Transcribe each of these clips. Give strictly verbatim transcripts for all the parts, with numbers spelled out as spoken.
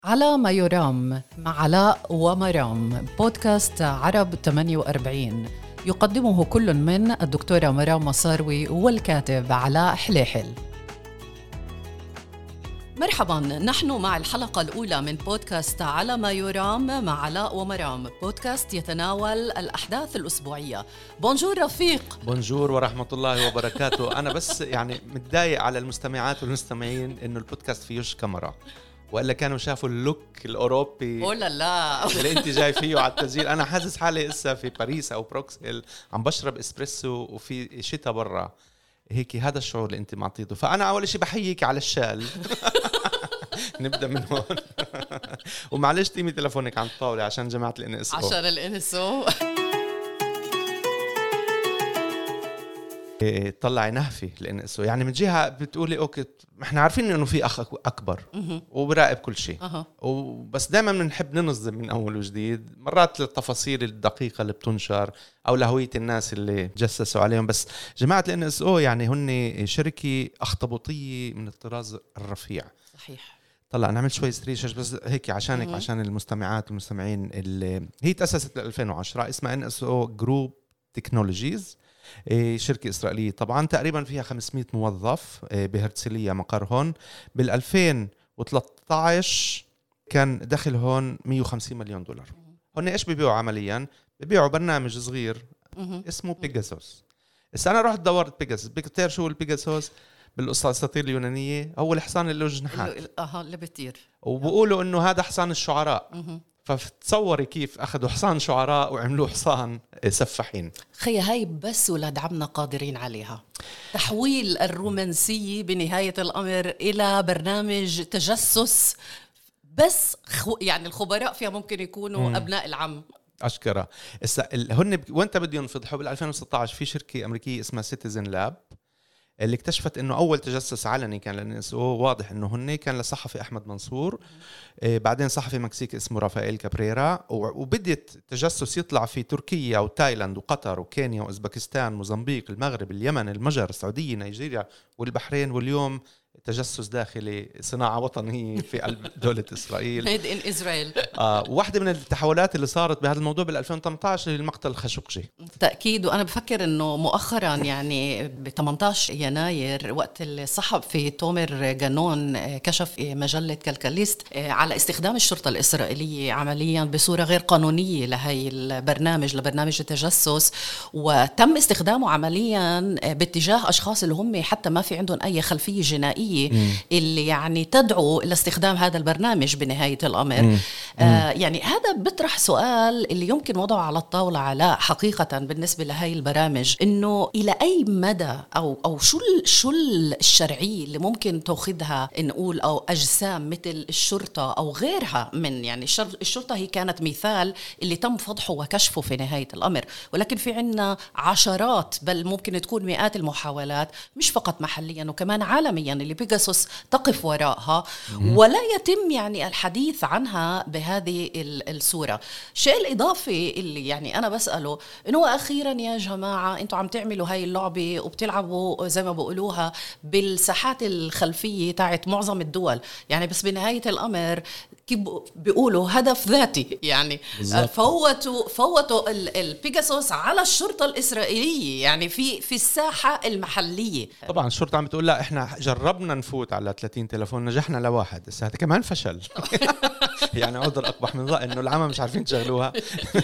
على ما يرام مع علاء ومرام، بودكاست عرب ثمانية وأربعين، يقدمه كل من الدكتورة مرام مصاروي والكاتب علاء حليحل. مرحبا، نحن مع الحلقة الأولى من بودكاست على ما يرام مع علاء ومرام، بودكاست يتناول الأحداث الأسبوعية. بونجور رفيق. بونجور ورحمة الله وبركاته. أنا بس يعني متضايق على المستمعات والمستمعين إنه البودكاست فيهوش كاميرا، وإلا كانوا شافوا اللوك الأوروبي أولا لا اللي أنت جاي فيه على التسجيل. أنا حاسس حالي إسا في باريس أو بروكسل عم بشرب إسبريسو وفي شتاء برا هيك. هذا الشعور اللي أنت معطيته. فأنا أول شيء بحييك على الشال. نبدأ من هون. ومعلش تيمي تلفونك عن الطاولة عشان جماعة الإن إس أو. عشان الإن إس أو طلعي نهفي لأن يعني من جهة بتقولي أوكي إحنا عارفين إنه في أخ أكبر وبراقب كل شيء، وبس دائما بنحب ننظم من أول وجديد، مرات للتفاصيل الدقيقة اللي بتنشر أو لهوية الناس اللي جسسوا عليهم. بس جماعة الإن إس أو يعني هن شركة أخطبوطية من الطراز الرفيع. صحيح. طلع نعمل شوية ريسيرش بس هيك عشانك مم. عشان المستمعات والمستمعين. اللي هي تأسست ألفين وعشرة، اسمها إن إس أو جروب تكنولوجيز، شركة إسرائيلية طبعا، تقريبا فيها خمسمية موظف بهرتسلية مقرهم. بالألفين وثلاثة عشر كان دخل هون مية وخمسين مليون دولار. هون إيش بيبيعوا عمليا؟ بيبيعوا برنامج صغير اسمه بيجاسوس. بس أنا رحت دورت بيجاسوس، بكتير شو البيجاسوس بالأساطير اليونانية؟ هو الحصان اللي له جناحات اها اللي بيطير، وبقولوا إنه هذا حصان الشعراء. فتصوري كيف أخذوا حصان شعراء وعملوه حصان سفاحين. خي هاي بس ولاد عمنا قادرين عليها، تحويل الرومانسية بنهاية الأمر إلى برنامج تجسس. بس يعني الخبراء فيها ممكن يكونوا مم. أبناء العم أشكرا. هن ب... وانت بدهم ينفضحوا بال2016 في شركة أمريكية اسمها سيتيزن لاب اللي اكتشفت انه اول تجسس علني كان لان اس او واضح انه هن كان لصحفي احمد منصور، آه بعدين صحفي مكسيكي اسمه رافائيل كابريرا، وبدت تجسس يطلع في تركيا وتايلاند وقطر وكينيا واوزبكستان موزمبيق المغرب اليمن المجر السعوديه نيجيريا والبحرين، واليوم تجسس داخلي صناعة وطنية في قلب دولة إسرائيل. Made in Israel. آه واحدة من التحولات اللي صارت بهذا الموضوع بال2018 المقتل الخشقجي. تأكيد. وأنا بفكر إنه مؤخرا يعني ب ثمانية عشر يناير وقت الصحفي تومر جانون كشف مجلة كالكاليست على استخدام الشرطة الإسرائيلية عمليا بصورة غير قانونية لهي البرنامج لبرنامج التجسس، وتم استخدامه عمليا باتجاه أشخاص اللي هم حتى ما في عندهم أي خلفية جنائية مم. اللي يعني تدعو إلى استخدام هذا البرنامج بنهاية الأمر. مم. آه يعني هذا بيطرح سؤال اللي يمكن وضعه على الطاولة علاء حقيقة بالنسبة لهاي البرامج، إنه إلى أي مدى أو أو شو شو الشرعية اللي ممكن تأخذها نقول أو أجسام مثل الشرطة أو غيرها من يعني الشرطة هي كانت مثال اللي تم فضحه وكشفه في نهاية الأمر، ولكن في عنا عشرات بل ممكن تكون مئات المحاولات مش فقط محليا وكمان عالميا اللي بيجاسوس تقف وراءها ولا يتم يعني الحديث عنها بهذه الصورة. الشيء الإضافي اللي يعني أنا بسأله إنه أخيرا يا جماعة أنتوا عم تعملوا هاي اللعبة وبتلعبوا زي ما بقولوها بالساحات الخلفية تاعت معظم الدول، يعني بس بنهاية الأمر كيف بيقولوا هدف ذاتي يعني بالزبط. فوتوا فوتوا البيجاسوس على الشرطة الإسرائيلية يعني في في الساحة المحلية. طبعا الشرطة عم تقول لا إحنا جربنا نفوت على ثلاثين تلفون نجحنا لواحد، بس هذا كمان فشل. يعني عذر أقبح من ذا إنه العامة مش عارفين تشغلوها.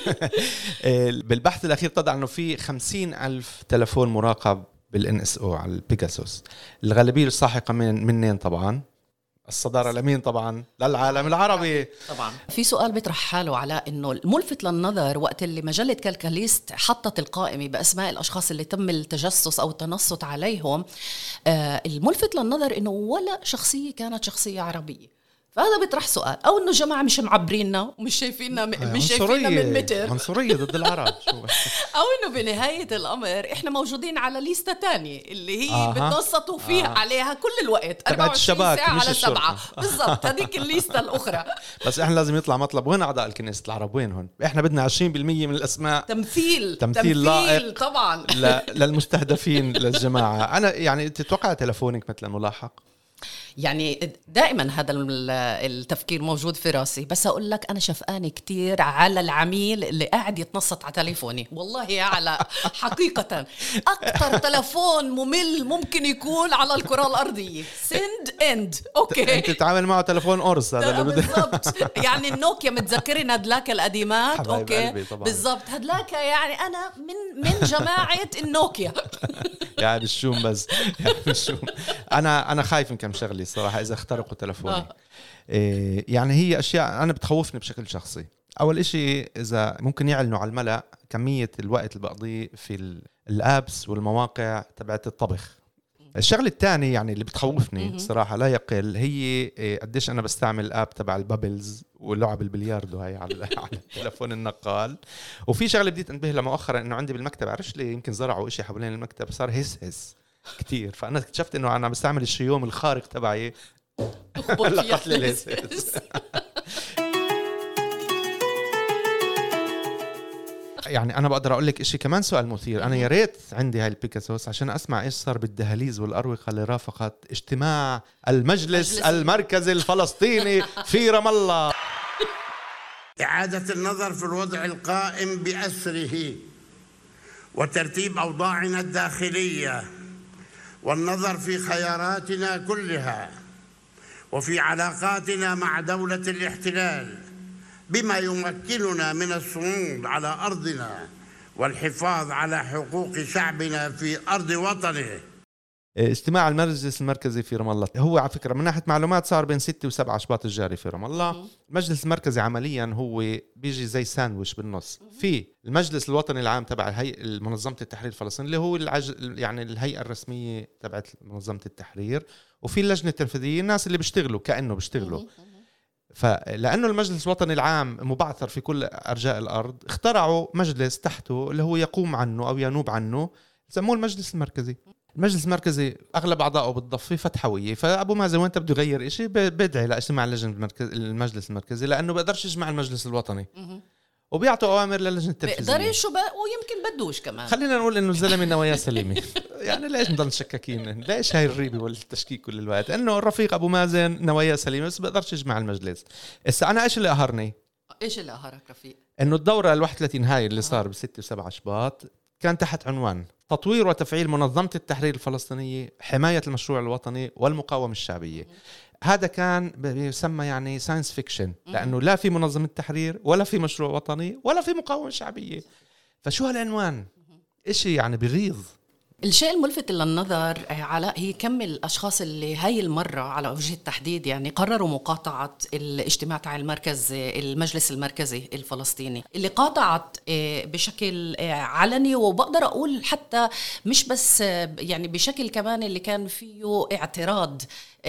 بالبحث الأخير طلع إنه في خمسين ألف تلفون مراقب بالإن إس أو على البيجاسوس. الغالبية الساحقة من منين طبعا؟ الصدارة لمين طبعا؟ للعالم العربي طبعا. في سؤال بيطرح حاله على إنه الملفت للنظر وقت اللي مجلة كالكاليست حطت القائمة بأسماء الأشخاص اللي تم التجسس أو التنصت عليهم، آه الملفت للنظر إنه ولا شخصية كانت شخصية عربية. فهذا بيطرح سؤال، او انه جماعه مش معبريننا ومش شايفيننا مش شايفيننا من متر، عنصريه ضد العرب. او انه بنهايه الامر احنا موجودين على ليسته تانية اللي هي آه. بتنصتوا فيها آه. عليها كل الوقت أربعة وعشرين ساعه على سبعة بالضبط. هذيك الليسته الاخرى. بس احنا لازم يطلع مطلب، وين اعضاء الكنيسه العرب وين هون؟ احنا بدنا عشرين بالمية من الاسماء تمثيل تمثيل, تمثيل لائق طبعا للمستهدفين للجماعه. انا يعني تتوقع تلفونك مثلا ملاحق؟ يعني دائما هذا التفكير موجود في راسي، بس أقول لك أنا شفقاني كتير على العميل اللي قاعد يتنصت على تليفوني. والله يا على حقيقة أكتر تليفون ممل ممكن يكون على الكرة الأرضية. سند اند اوكي، انت تتعامل معه تليفون قرص هذا اللي بالضبط. يعني النوكيا متذكرين هدلاك القديمات اوكي بالضبط، هدلاك يعني انا من من جماعه النوكيا. يعني الشوم بس يعني الشوم. انا انا خايف من كم شغله صراحه اذا اخترقوا تليفوني. آه. إيه يعني هي اشياء انا بتخوفني بشكل شخصي. اول إشي اذا ممكن يعلنوا على الملأ كميه الوقت اللي بقضيه في الابس والمواقع تبعت الطبخ. الشغله الثانيه يعني اللي بتخوفني صراحه لا يقل هي قديش انا بستعمل الاب تبع البابلز ولعب البلياردو هاي على على التليفون النقال. وفي شغله بديت انتبه لها مؤخرا انه عندي بالمكتب عرفش ليه يمكن زرعوا إشي حوالين المكتب صار هس هس كتير، فانا اكتشفت انه انا بستعمل الشيوم الخارق تبعي لقتل الهس هس. يعني أنا بقدر أقول لك إشي كمان سؤال مثير. أنا يا ريت عندي هاي البيكاسوس عشان أسمع إيش صار بالدهاليز والأروقة اللي رافقت اجتماع المجلس, المجلس المركزي الفلسطيني في رام الله. إعادة النظر في الوضع القائم بأسره وترتيب أوضاعنا الداخلية والنظر في خياراتنا كلها وفي علاقاتنا مع دولة الاحتلال بما يمكننا من الصمود على أرضنا والحفاظ على حقوق شعبنا في أرض وطنه. اجتماع المجلس المركزي في رام الله هو على فكرة من ناحية معلومات صار بين ستة وسبعة شباط الجاري في رام الله. المجلس المركزي عمليا هو بيجي زي ساندويش بالنص في المجلس الوطني العام تبع الهيئة منظمة التحرير الفلسطيني اللي هو العج... يعني الهيئة الرسمية تبعت منظمة التحرير، وفي اللجنة التنفيذية الناس اللي بيشتغلوا كأنه بيشتغلوا. فلأنه المجلس الوطني العام مبعثر في كل أرجاء الأرض اخترعوا مجلس تحته اللي هو يقوم عنه أو ينوب عنه سموه المجلس المركزي. المجلس المركزي أغلب أعضائه بالضفة فتحوية، فأبو مازن وانت بده يغير إشي بدعي لاجتماع اللجنة المركز المجلس المركزي لأنه بقدرش يجمع المجلس الوطني وبيعطوا أوامر للجنة التنفيذية بقدرش وب... ويمكن بدوش كمان. خلينا نقول إنه الزلمة نوايا سليمة. يعني ليش نضل نشككين؟ ليش هاي الريبة والتشكيك كل الوقت؟ إنه الرفيق أبو مازن نوايا سليمة بس بقدرش يجمع المجلس. إسا أنا إيش اللي أهرني؟ إيش اللي أهرك رفيق؟ إنه الدورة الواحد وثلاثين هاي اللي صار بستة وسبعة شباط كان تحت عنوان تطوير وتفعيل منظمة التحرير الفلسطينية، حماية المشروع الوطني والمقاومة الشعبية. هذا كان يسمى يعني ساينس فيكشن لأنه لا في منظمة تحرير ولا في مشروع وطني ولا في مقاومة شعبية. فشو هالعنوان؟ إشي يعني بغيظ. الشيء الملفت للنظر على هي كم الأشخاص اللي هاي المرة على وجه التحديد يعني قرروا مقاطعة الاجتماع تاع المركز المجلس المركزي الفلسطيني اللي قاطعت بشكل علني، وبقدر أقول حتى مش بس يعني بشكل كمان اللي كان فيه اعتراض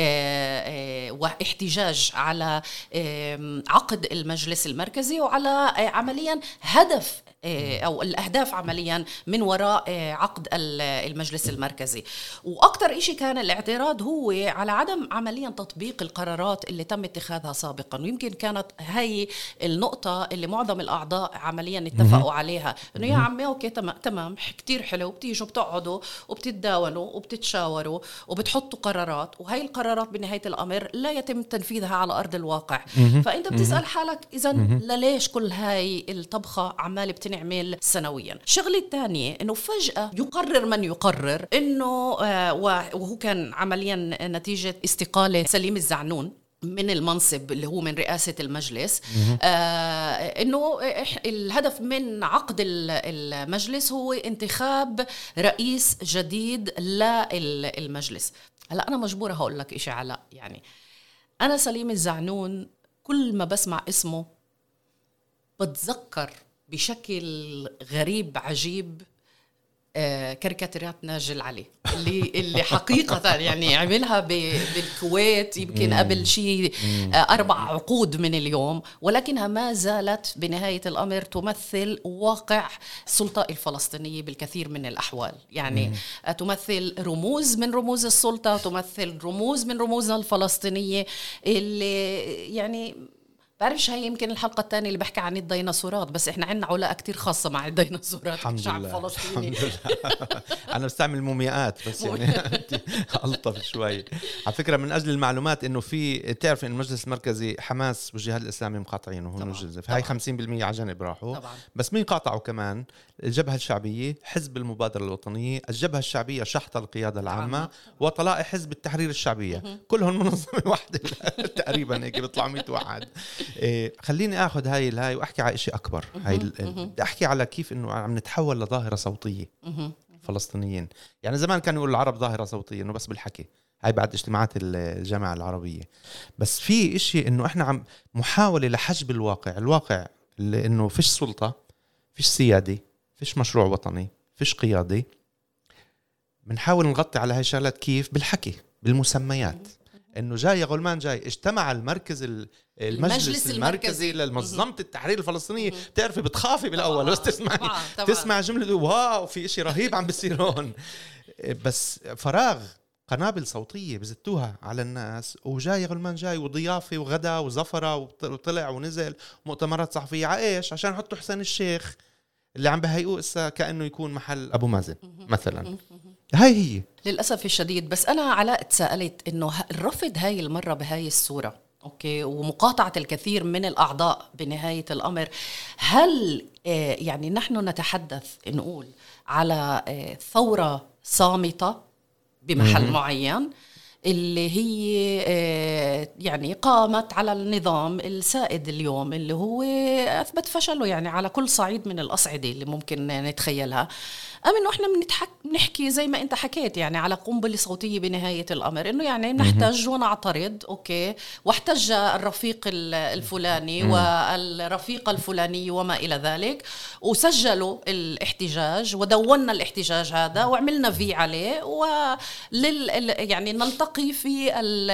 واحتجاج على عقد المجلس المركزي وعلى عمليا هدف أو الأهداف عمليا من وراء عقد المجلس المركزي. وأكتر إشي كان الاعتراض هو على عدم عمليا تطبيق القرارات اللي تم اتخاذها سابقا، ويمكن كانت هاي النقطة اللي معظم الأعضاء عمليا اتفقوا عليها إنه يا عمي أوكي تمام تمام كتير حلو، بتيجوا بتقعدوا وبتتداولوا وبتتشاوروا وبتحطوا قرارات، وهي القرارات بنهاية الأمر لا يتم تنفيذها على أرض الواقع. فأنت بتسأل حالك إذا لليش كل هاي الطبخة عمالة بتنعمل سنويا؟ الشغلة الثانية إنه فجأة يقرر من يقرر إنه آه وهو كان عمليا نتيجة استقالة سليم الزعنون من المنصب اللي هو من رئاسة المجلس، آه إنه الهدف من عقد المجلس هو انتخاب رئيس جديد للمجلس. هلا أنا مجبورة هقول لك إشي علاء، يعني أنا سليم الزعنون كل ما بسمع اسمه بتذكر بشكل غريب عجيب آه كاريكاتيرات ناجل علي اللي اللي حقيقة يعني عملها بالكويت يمكن قبل شيء آه أربع عقود من اليوم، ولكنها ما زالت بنهاية الأمر تمثل واقع السلطة الفلسطينية بالكثير من الأحوال. يعني آه تمثل رموز من رموز السلطة، تمثل رموز من رموزها الفلسطينية اللي يعني بعرفش هي يمكن الحلقة الثانية اللي بحكي عن الديناصورات، بس إحنا عنا علاقة كتير خاصة مع الديناصورات كشعب فلسطيني. الحمد لله. أنا بستعمل مومياءات بس يعني ألطف شوي. على فكرة من أجل المعلومات إنه في تعرف إن المجلس المركزي حماس والجهاد الإسلامي مقاطعينه هون جزء، فهاي خمسين بالمية على جانب راحوا طبعاً. بس مين قاطعوا كمان؟ الجبهة الشعبية، حزب المبادرة الوطنية، الجبهة الشعبية شحط القيادة العامة، وطلائع حزب التحرير الشعبية، كلهم منظمة واحدة تقريبا هيك بيطلعوا مئة واحد. إيه خليني اخذ هاي الهاي واحكي على شيء اكبر. هاي بدي احكي على كيف انه عم نتحول لظاهره صوتيه فلسطينيين. يعني زمان كانوا يقولوا العرب ظاهره صوتيه انه بس بالحكي، هاي بعد اجتماعات الجامعه العربيه. بس في إشي انه احنا عم محاوله لحجب الواقع. الواقع اللي انه فيش سلطه، فيش سياده، فيش مشروع وطني، فيش قياده. بنحاول نغطي على هاي الشغلات كيف؟ بالحكي، بالمسميات. انه جاي غلمان جاي اجتمع المركز المجلس, المجلس المركزي للمنظمة التحرير الفلسطينية. بتعرفي بتخافي بالاول بس تسمعي تسمع جملة واو في اشي رهيب عم بيصير هون، بس فراغ. قنابل صوتية بزتوها على الناس، وجاي غلمان جاي وضيافة وغدا وزفرة وطلع ونزل مؤتمرات صحفية عايش عشان يحطوا حسين الشيخ اللي عم بهيئوه إسا كأنه يكون محل أبو مازن مثلا. هاي هي للأسف الشديد. بس أنا علاء تساءلت إنه الرفض هاي المرة بهاي الصورة أوكي ومقاطعة الكثير من الأعضاء بنهاية الأمر، هل آه يعني نحن نتحدث نقول على آه ثورة صامتة بمحل م- معين اللي هي آه يعني قامت على النظام السائد اليوم اللي هو أثبت فشله يعني على كل صعيد من الأصعدة اللي ممكن نتخيلها، أم إنه إحنا بنتحك بنحكي زي ما أنت حكيت يعني على قنبلة صوتية بنهاية الأمر، إنه يعني نحتج ونعترض أوكي، واحتج الرفيق الفلاني والرفيقة الفلانية وما إلى ذلك، وسجلوا الاحتجاج ودونا الاحتجاج هذا وعملنا في عليه، ولل يعني نلتقي في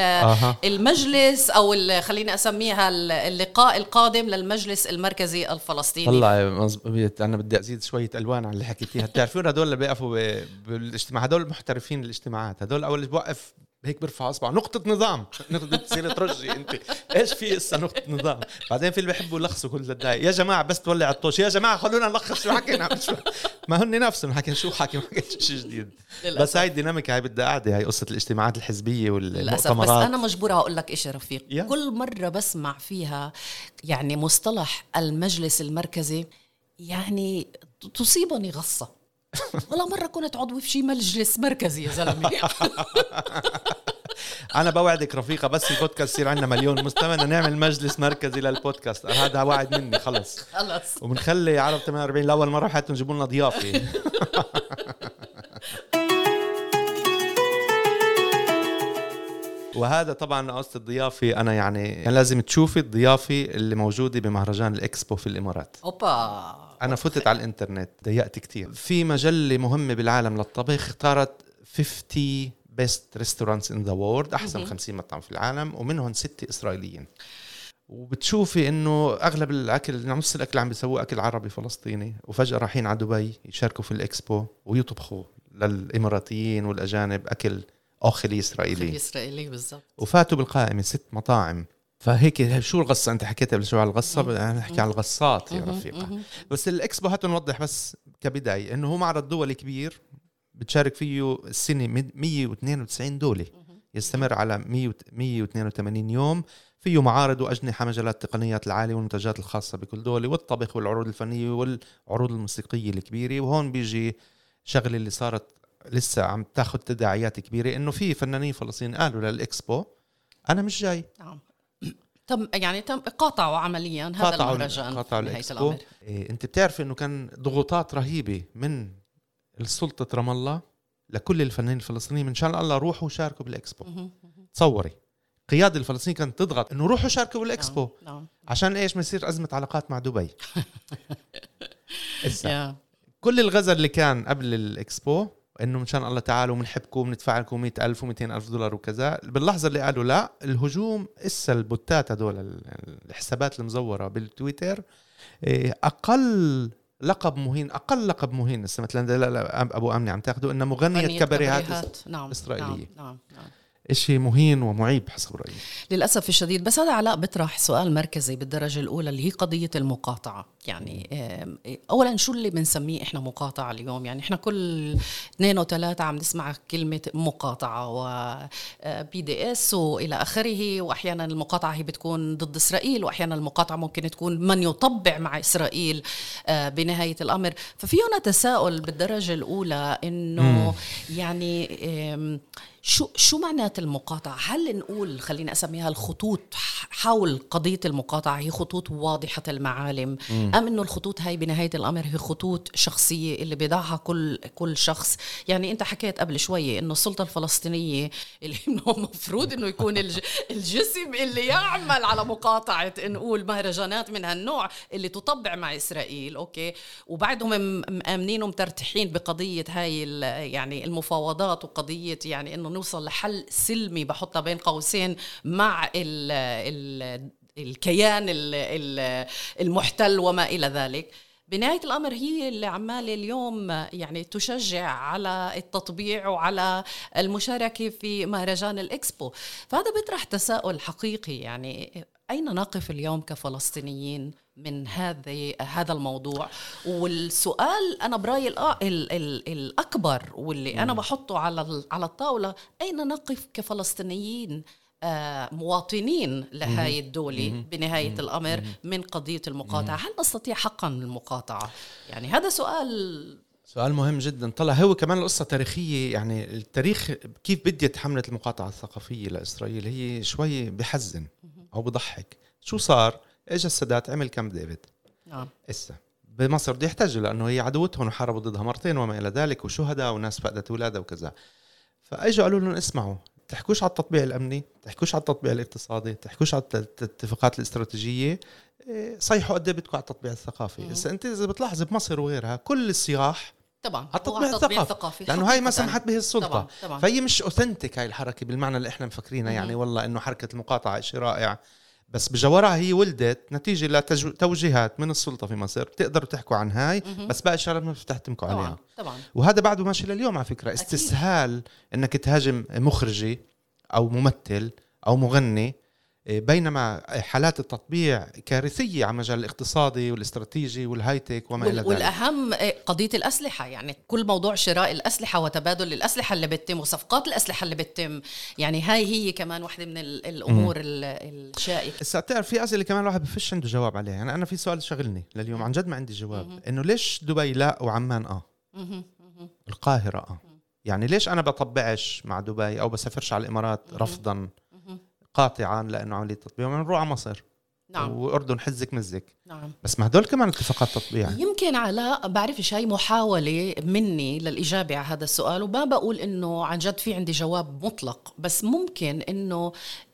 المجلس أو خليني أسميها اللقاء القادم للمجلس المركزي الفلسطيني. والله أنا بدي أزيد شوية ألوان على اللي حكيتيها. تعرفون هدول اللي بيقفوا بالاجتماع، هدول المحترفين الاجتماعات، هدول أول اللي بوقف هيك برفع أصبع نقطة نظام، نقطة تصير ترجي أنت إيش في إسا نقطة نظام. بعدين في اللي بيحبوا يلخصوا كل الدقايق، يا جماعة بس تولع الطوش، يا جماعة خلونا نلخص شو حكينا ما هن نفسهم حكي شو حكي ما حكي شيء جديد. بس هاي الديناميكا هاي بدها قاعدة، هاي قصة الاجتماعات الحزبية والمؤتمرات. بس أنا مجبورة أقول لك إيش يا رفيق يا. كل مرة بسمع فيها يعني مصطلح المجلس المركزي يعني تصيبني غصة. والله مرة كنت عضوي في شي مجلس مركزي يا زلمة. أنا بوعدك رفيقة بس البودكاست يصير عندنا مليون مستمع نعمل مجلس مركزي للبودكاست، هذا وعد مني خلص خلص. وبنخلي عرب ثمانية وأربعين لأول مرة حياتهم يجيبوا لنا ضيافة. وهذا طبعا قصة الضيافة. أنا يعني, يعني لازم تشوفي الضيافة اللي موجودة بمهرجان الإكسبو في الإمارات. أوبا. أنا فتت على الإنترنت ضيقت كتير. في مجلة مهمة بالعالم للطبخ اختارت خمسين best restaurants in the world، أحسن خمسين مطعم في العالم، ومنهم ستة إسرائيليين. وبتشوفي إنه أغلب الأكل نص الأكل عم بيسووه أكل عربي فلسطيني، وفجأة رايحين على دبي يشاركوا في الإكسبو ويطبخوا للإماراتيين والأجانب أكل أخلي إسرائيلي. إسرائيلي بالضبط. وفاتوا بالقائمة ست مطاعم. فهيك شو الغصة أنت حكيتها قبل شوي على الغصة، أنا نحكي على الغصات يا رفيقة. بس الإكسبو هاتوا نوضح بس كبداية إنه هو معرض دولي كبير بتشارك فيه السنة مية واثنين وتسعين دولة، يستمر على مية واثنين وثمانين يوم. فيه معارض وأجنحة مجالات تقنيات العالية والمنتجات الخاصة بكل دولة، والطبخ والعروض الفنية والعروض الموسيقية الكبيرة. وهون بيجي شغل اللي صارت لسه عم تاخد تداعيات كبيرة، إنه في فنانين فلسطينيين قالوا للإكسبو أنا مش جاي. نعم. تم يعني تم قاطعوا عمليا هذا المهرجان. قاطعوا الإكسبو. إيه انت بتعرف إنه كان ضغوطات رهيبة من السلطة رام الله لكل الفنانين الفلسطينيين من شان الله روحوا شاركوا بالإكسبو. تصوري قيادة الفلسطينيين كانت تضغط إنه روحوا شاركوا بالإكسبو. نعم. نعم. عشان إيش ما يصير أزمة علاقات مع دبي. كل الغزل اللي كان قبل الإكسبو إنه من شان الله تعالوا ومنحبكم ومندفعلكم مئة ألف ومئتين ألف دولار وكذا، باللحظة اللي قالوا لا الهجوم إسا البوتات هدول الحسابات المزورة بالتويتر أقل لقب مهين أقل لقب مهين مثلا لا لا أبو أمني عم تاخده إنه مغنية كباريهات نعم. إسرائيلية. نعم. نعم. إشي مهين ومعيب حسب رأيي للأسف الشديد. بس هذا علاء بيطرح سؤال مركزي بالدرجة الأولى اللي هي قضية المقاطعة. يعني أولا شو اللي بنسميه إحنا مقاطعة اليوم؟ يعني إحنا كل اثنين وثلاثة عم نسمع كلمة مقاطعة وبي دي اس وإلى آخره، وأحيانا المقاطعة هي بتكون ضد إسرائيل، وأحيانا المقاطعة ممكن تكون من يطبع مع إسرائيل بنهاية الأمر. ففي هنا تساؤل بالدرجة الأولى إنه يعني شو شو معنات المقاطعة؟ هل نقول خلينا أسميها الخطوط حول قضية المقاطعة هي خطوط واضحة المعالم، مم. أم إنه الخطوط هاي بنهاية الأمر هي خطوط شخصية اللي بيضعها كل كل شخص؟ يعني أنت حكيت قبل شوية إنه السلطة الفلسطينية اللي مفروض إنه يكون الج الجسم اللي يعمل على مقاطعة نقول مهرجانات من هالنوع اللي تطبع مع إسرائيل، أوكي، وبعدهم مآمنين ومترتحين بقضية هاي يعني المفاوضات وقضية يعني إنه نوصل لحل سلمي بحطها بين قوسين مع ال ال الكيان ال المحتل وما إلى ذلك. بنهاية الأمر هي اللي عمالة اليوم يعني تشجع على التطبيع وعلى المشاركة في مهرجان الإكسبو. فهذا بيطرح تساؤل حقيقي، يعني أين نقف اليوم كفلسطينيين من هذا هذا الموضوع؟ والسؤال أنا برأيي ال ال الأكبر واللي أنا بحطه على على الطاولة، أين نقف كفلسطينيين مواطنين لهاي الدولة بنهاية الأمر من قضية المقاطعة؟ هل نستطيع حقا المقاطعة؟ يعني هذا سؤال سؤال مهم جدا. طلع هو كمان القصة تاريخية، يعني التاريخ كيف بديت حملة المقاطعة الثقافية لإسرائيل هي شوي بحزن أو بضحك. شو صار؟ إجا السادات عمل كامب ديفيد، نعم، إسا بمصر بده يحتاجوا لأنه هي عدوتهم وحاربوا ضدها مرتين وما إلى ذلك، وشهداء وناس فقدت أولادها وكذا. فأجوا قالوا لهم اسمعوا، تحكوش على التطبيع الأمني، تحكوش على التطبيع الاقتصادي، تحكوش على الاتفاقات الاستراتيجية، صيحوا قد بدكم على التطبيع الثقافي. بس أنت إذا بتلاحظ بمصر وغيرها كل السياح طبعا على التطبيع الثقافي, الثقافي. لأنه هاي ما سمحت به السلطة. طبعاً. طبعاً. فهي مش أوثنتيك هاي الحركة بالمعنى اللي إحنا مفكرينها، يعني والله إنه حركة المقاطعة شيء رائع، بس بجوارها هي ولدت نتيجة لتوجيهات من السلطة في مصر. بتقدروا تحكوا عن هاي بس باقي الشغلات ما بتحتمكوا عليها. طبعاً. وهذا بعده ماشي لليوم على فكرة. استسهال إنك تهاجم مخرجي أو ممثل أو مغني، بينما حالات التطبيع كارثية على مجال الاقتصادي والاستراتيجي والهايتك وما إلى ذلك. والأهم قضية الأسلحة، يعني كل موضوع شراء الأسلحة وتبادل الأسلحة اللي بتتم وصفقات الأسلحة اللي بتتم، يعني هاي هي كمان واحدة من الأمور الشائكة. بس تعرف في أسئلة كمان الواحد بفش عنده جواب عليها. يعني أنا في سؤال شغلني لليوم عن جد ما عندي جواب، إنه ليش دبي لا وعمان آه القاهرة آه يعني ليش أنا بطبعش مع دبي أو بسافرش على الإمارات رفضاً قاطعاً لأنه عملية تطبيع، ونروح على مصر، نعم، وأردن حزك مزك، نعم، بس ما هدول كمان اتفاقات تطبيع. يمكن علاء بعرفش هاي محاولة مني للإجابة على هذا السؤال، وما بقول إنه عن جد في عندي جواب مطلق، بس ممكن إنه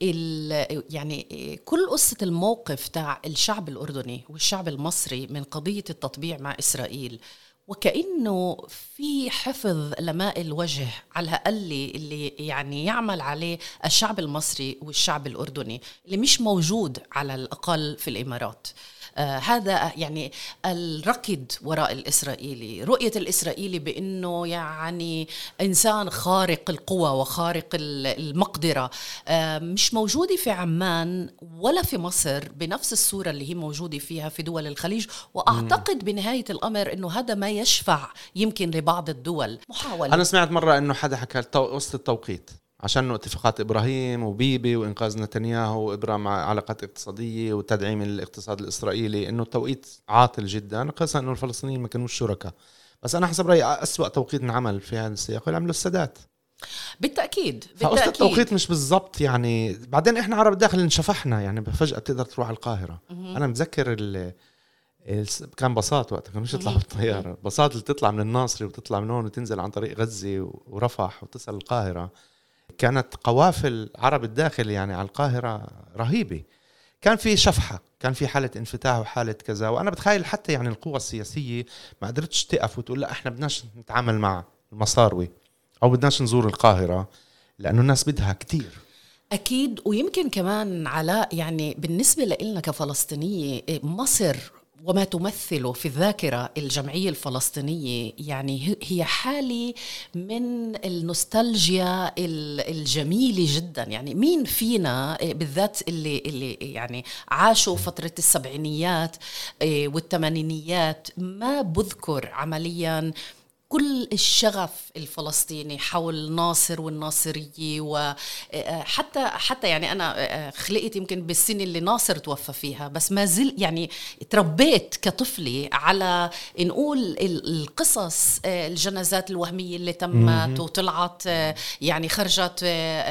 يعني كل قصة الموقف تاع الشعب الأردني والشعب المصري من قضية التطبيع مع إسرائيل، وكأنه في حفظ لماء الوجه على الأقل اللي يعني يعمل عليه الشعب المصري والشعب الأردني اللي مش موجود على الأقل في الإمارات. آه هذا يعني الركض وراء الإسرائيلي، رؤية الإسرائيلي بأنه يعني إنسان خارق القوى وخارق المقدرة، آه مش موجودة في عمان ولا في مصر بنفس الصورة اللي هي موجودة فيها في دول الخليج. وأعتقد بنهاية الأمر أنه هذا ما يشفع يمكن لبعض الدول. محاولة. أنا سمعت مرة أنه حدا حكى وسط التوقيت عشان اتفاقات إبراهيم وبيبي وإنقاذ نتنياهو وإبرام علاقات اقتصادية وتدعيم الاقتصاد الإسرائيلي، إنه التوقيت عاطل جدا، خاصة إنه الفلسطينيين ما كانوش شركاء. بس أنا حسب رأيي أسوأ توقيت انعمل في هذا السياق اللي عمله السادات. بالتأكيد بالتأكيد التوقيت مش بالضبط. يعني بعدين إحنا عرب الداخل انشفحنا، يعني فجأة تقدر تروح على القاهرة. أنا متذكر ال كان بساط وقتها كانوا مش يطلعوا بالطيارة، بساط اللي تطلع من الناصري وتطلع من هون وتنزل عن طريق غزة ورفح وتصل القاهرة. كانت قوافل عرب الداخل يعني على القاهرة رهيبة. كان في شفحة، كان في حالة انفتاح وحالة كذا. وأنا بتخيل حتى يعني القوى السياسية ما قدرتش تقف وتقول لا إحنا بدناش نتعامل مع المصاروي أو بدناش نزور القاهرة لأنه الناس بدها كتير. أكيد. ويمكن كمان علاء يعني بالنسبة لنا كفلسطينية، مصر وما تمثله في الذاكرة الجمعية الفلسطينية يعني هي حالة من النوستالجيا الجميلة جدا. يعني مين فينا بالذات اللي, اللي يعني عاشوا فترة السبعينيات والثمانينيات ما بذكر عمليا كل الشغف الفلسطيني حول ناصر والناصرية، وحتى حتى يعني أنا خلقت يمكن بالسنة اللي ناصر توفى فيها، بس ما زل يعني تربيت كطفلة على نقول القصص الجنازات الوهمية اللي تمت وطلعت يعني خرجت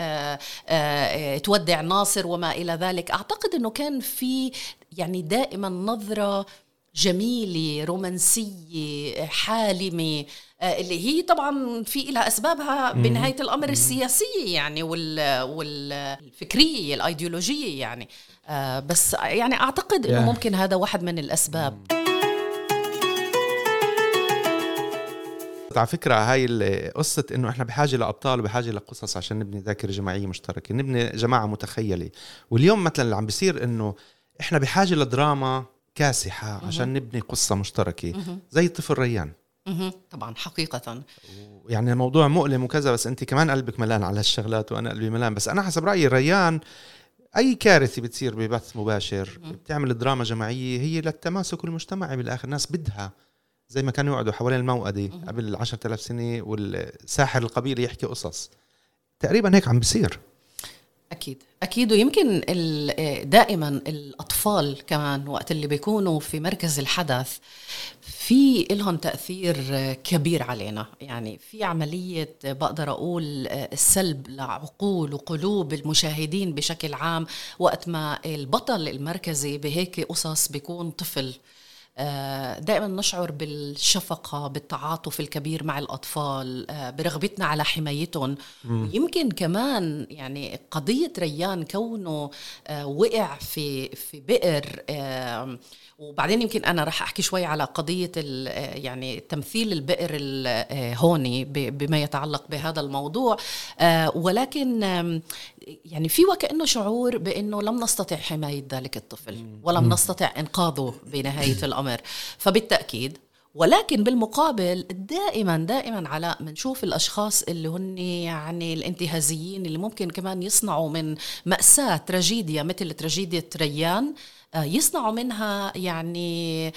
تودع ناصر وما إلى ذلك. أعتقد أنه كان في يعني دائما نظرة جميلة رومانسية حالمة اللي هي طبعا في لها أسبابها بنهاية الأمر السياسية يعني والفكرية الأيديولوجية يعني. بس يعني أعتقد أنه ممكن هذا واحد من الأسباب. على فكرة هاي قصة إنه إحنا بحاجة لأبطال وبحاجة لقصص عشان نبني ذاكرة جماعية مشتركة، نبني جماعة متخيلة. واليوم مثلا اللي عم بيصير إنه إحنا بحاجة لدراما كاسحة عشان نبني قصة مشتركة زي طفل ريان. طبعا حقيقة يعني الموضوع مؤلم وكذا، بس أنت كمان قلبك ملان على الشغلات وأنا قلبي ملان. بس أنا حسب رأيي ريان أي كارثة بتصير ببث مباشر بتعمل دراما جماعية هي للتماسك المجتمعي بالآخر. الناس بدها زي ما كانوا يقعدوا حوالين الموقدة قبل عشرة آلاف سنة والساحر القبيلي يحكي قصص، تقريبا هيك عم بيصير. أكيد أكيد. ويمكن دائما الأطفال كمان وقت اللي بيكونوا في مركز الحدث في إلهم تأثير كبير علينا. يعني في عملية بقدر أقول السلب لعقول وقلوب المشاهدين بشكل عام وقت ما البطل المركزي بهيك قصص بيكون طفل. دائما نشعر بالشفقة بالتعاطف الكبير مع الأطفال برغبتنا على حمايتهم. يمكن كمان يعني قضية ريان كونه وقع في في بئر، وبعدين يمكن أنا رح أحكي شوي على قضية يعني تمثيل البئر هوني بما يتعلق بهذا الموضوع. ولكن يعني في وكأنه شعور بأنه لم نستطع حماية ذلك الطفل ولم نستطع إنقاذه بنهاية الأمر. فبالتأكيد ولكن بالمقابل دائما دائما على منشوف الأشخاص اللي هن يعني الانتهازيين اللي ممكن كمان يصنعوا من مأساة تراجيديا مثل تراجيديا ريان يصنعوا منها يعني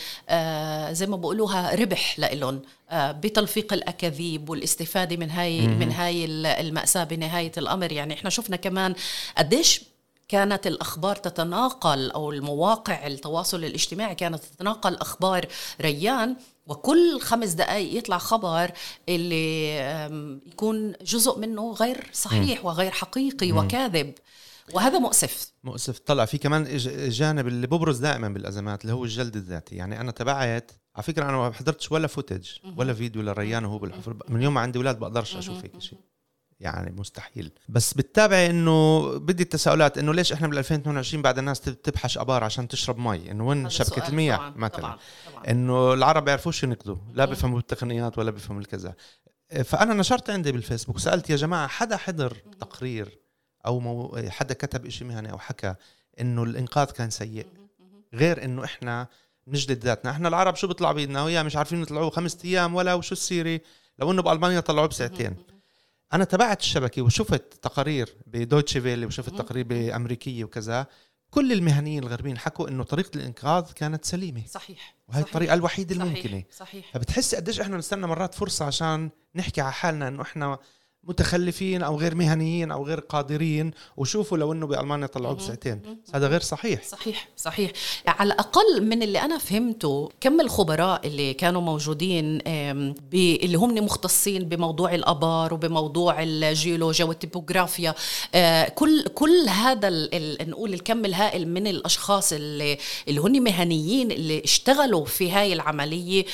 زي ما بقولوها ربح لإلهم بتلفيق الأكاذيب والاستفادة من هاي من هاي المأساة بنهاية الأمر. يعني إحنا شفنا كمان قديش كانت الأخبار تتناقل أو المواقع التواصل الاجتماعي كانت تتناقل أخبار ريان، وكل خمس دقائق يطلع خبر اللي يكون جزء منه غير صحيح وغير حقيقي وكاذب، وهذا مؤسف مؤسف. طلع في كمان جانب اللي ببرز دائما بالأزمات اللي هو الجلد الذاتي. يعني أنا تبعت على فكرة أنا ما حضرتش ولا فوتج ولا فيديو لريان وهو بالحفر من يوم ما عندي أولاد بقدرش أشوف هيك شيء، يعني مستحيل. بس بالتابع إنه بدي التساؤلات إنه ليش إحنا بال ألفين واثنين وعشرين بعد الناس تبحث أبار عشان تشرب مي، إنه وين شبكة المياه طبعاً مثلا طبعاً طبعاً. إنه العرب بيعرفوش ينقذوا، لا بيفهموا بالتقنيات ولا بيفهموا الكذا. فأنا نشرت عندي بالفيسبوك سألت يا جماعة حدا حضر تقرير أو مو حدا كتب إشي مهني أو حكى إنه الإنقاذ كان سيء، غير إنه إحنا نجلد ذاتنا. إحنا العرب شو بيطلع بيدنا ويا مش عارفين نطلعوا خمسة أيام ولا وشو السيري، لو إنه بألمانيا طلعوا بساعتين. أنا تبعت الشبكة وشفت تقارير بدويتشي فيلي وشفت تقارير بأمريكية وكذا، كل المهنيين الغربيين حكوا إنه طريقة الإنقاذ كانت سليمة. صحيح. وهي الطريقة الوحيدة الممكنة. صحيح. فبتحس قديش إحنا نستنى مرات فرصة عشان نحكي على حالنا إنه إحنا متخلفين أو غير مهنيين أو غير قادرين، وشوفوا لو إنه بألمانيا طلعوا بساعتين. هذا غير صحيح. صحيح صحيح. على الأقل من اللي أنا فهمته كم الخبراء اللي كانوا موجودين اللي هم مختصين بموضوع الآبار وبموضوع الجيولوجيا والتيبوغرافيا، كل كل هذا نقول الكم الهائل من الأشخاص اللي اللي هم مهنيين اللي اشتغلوا في هاي العملية،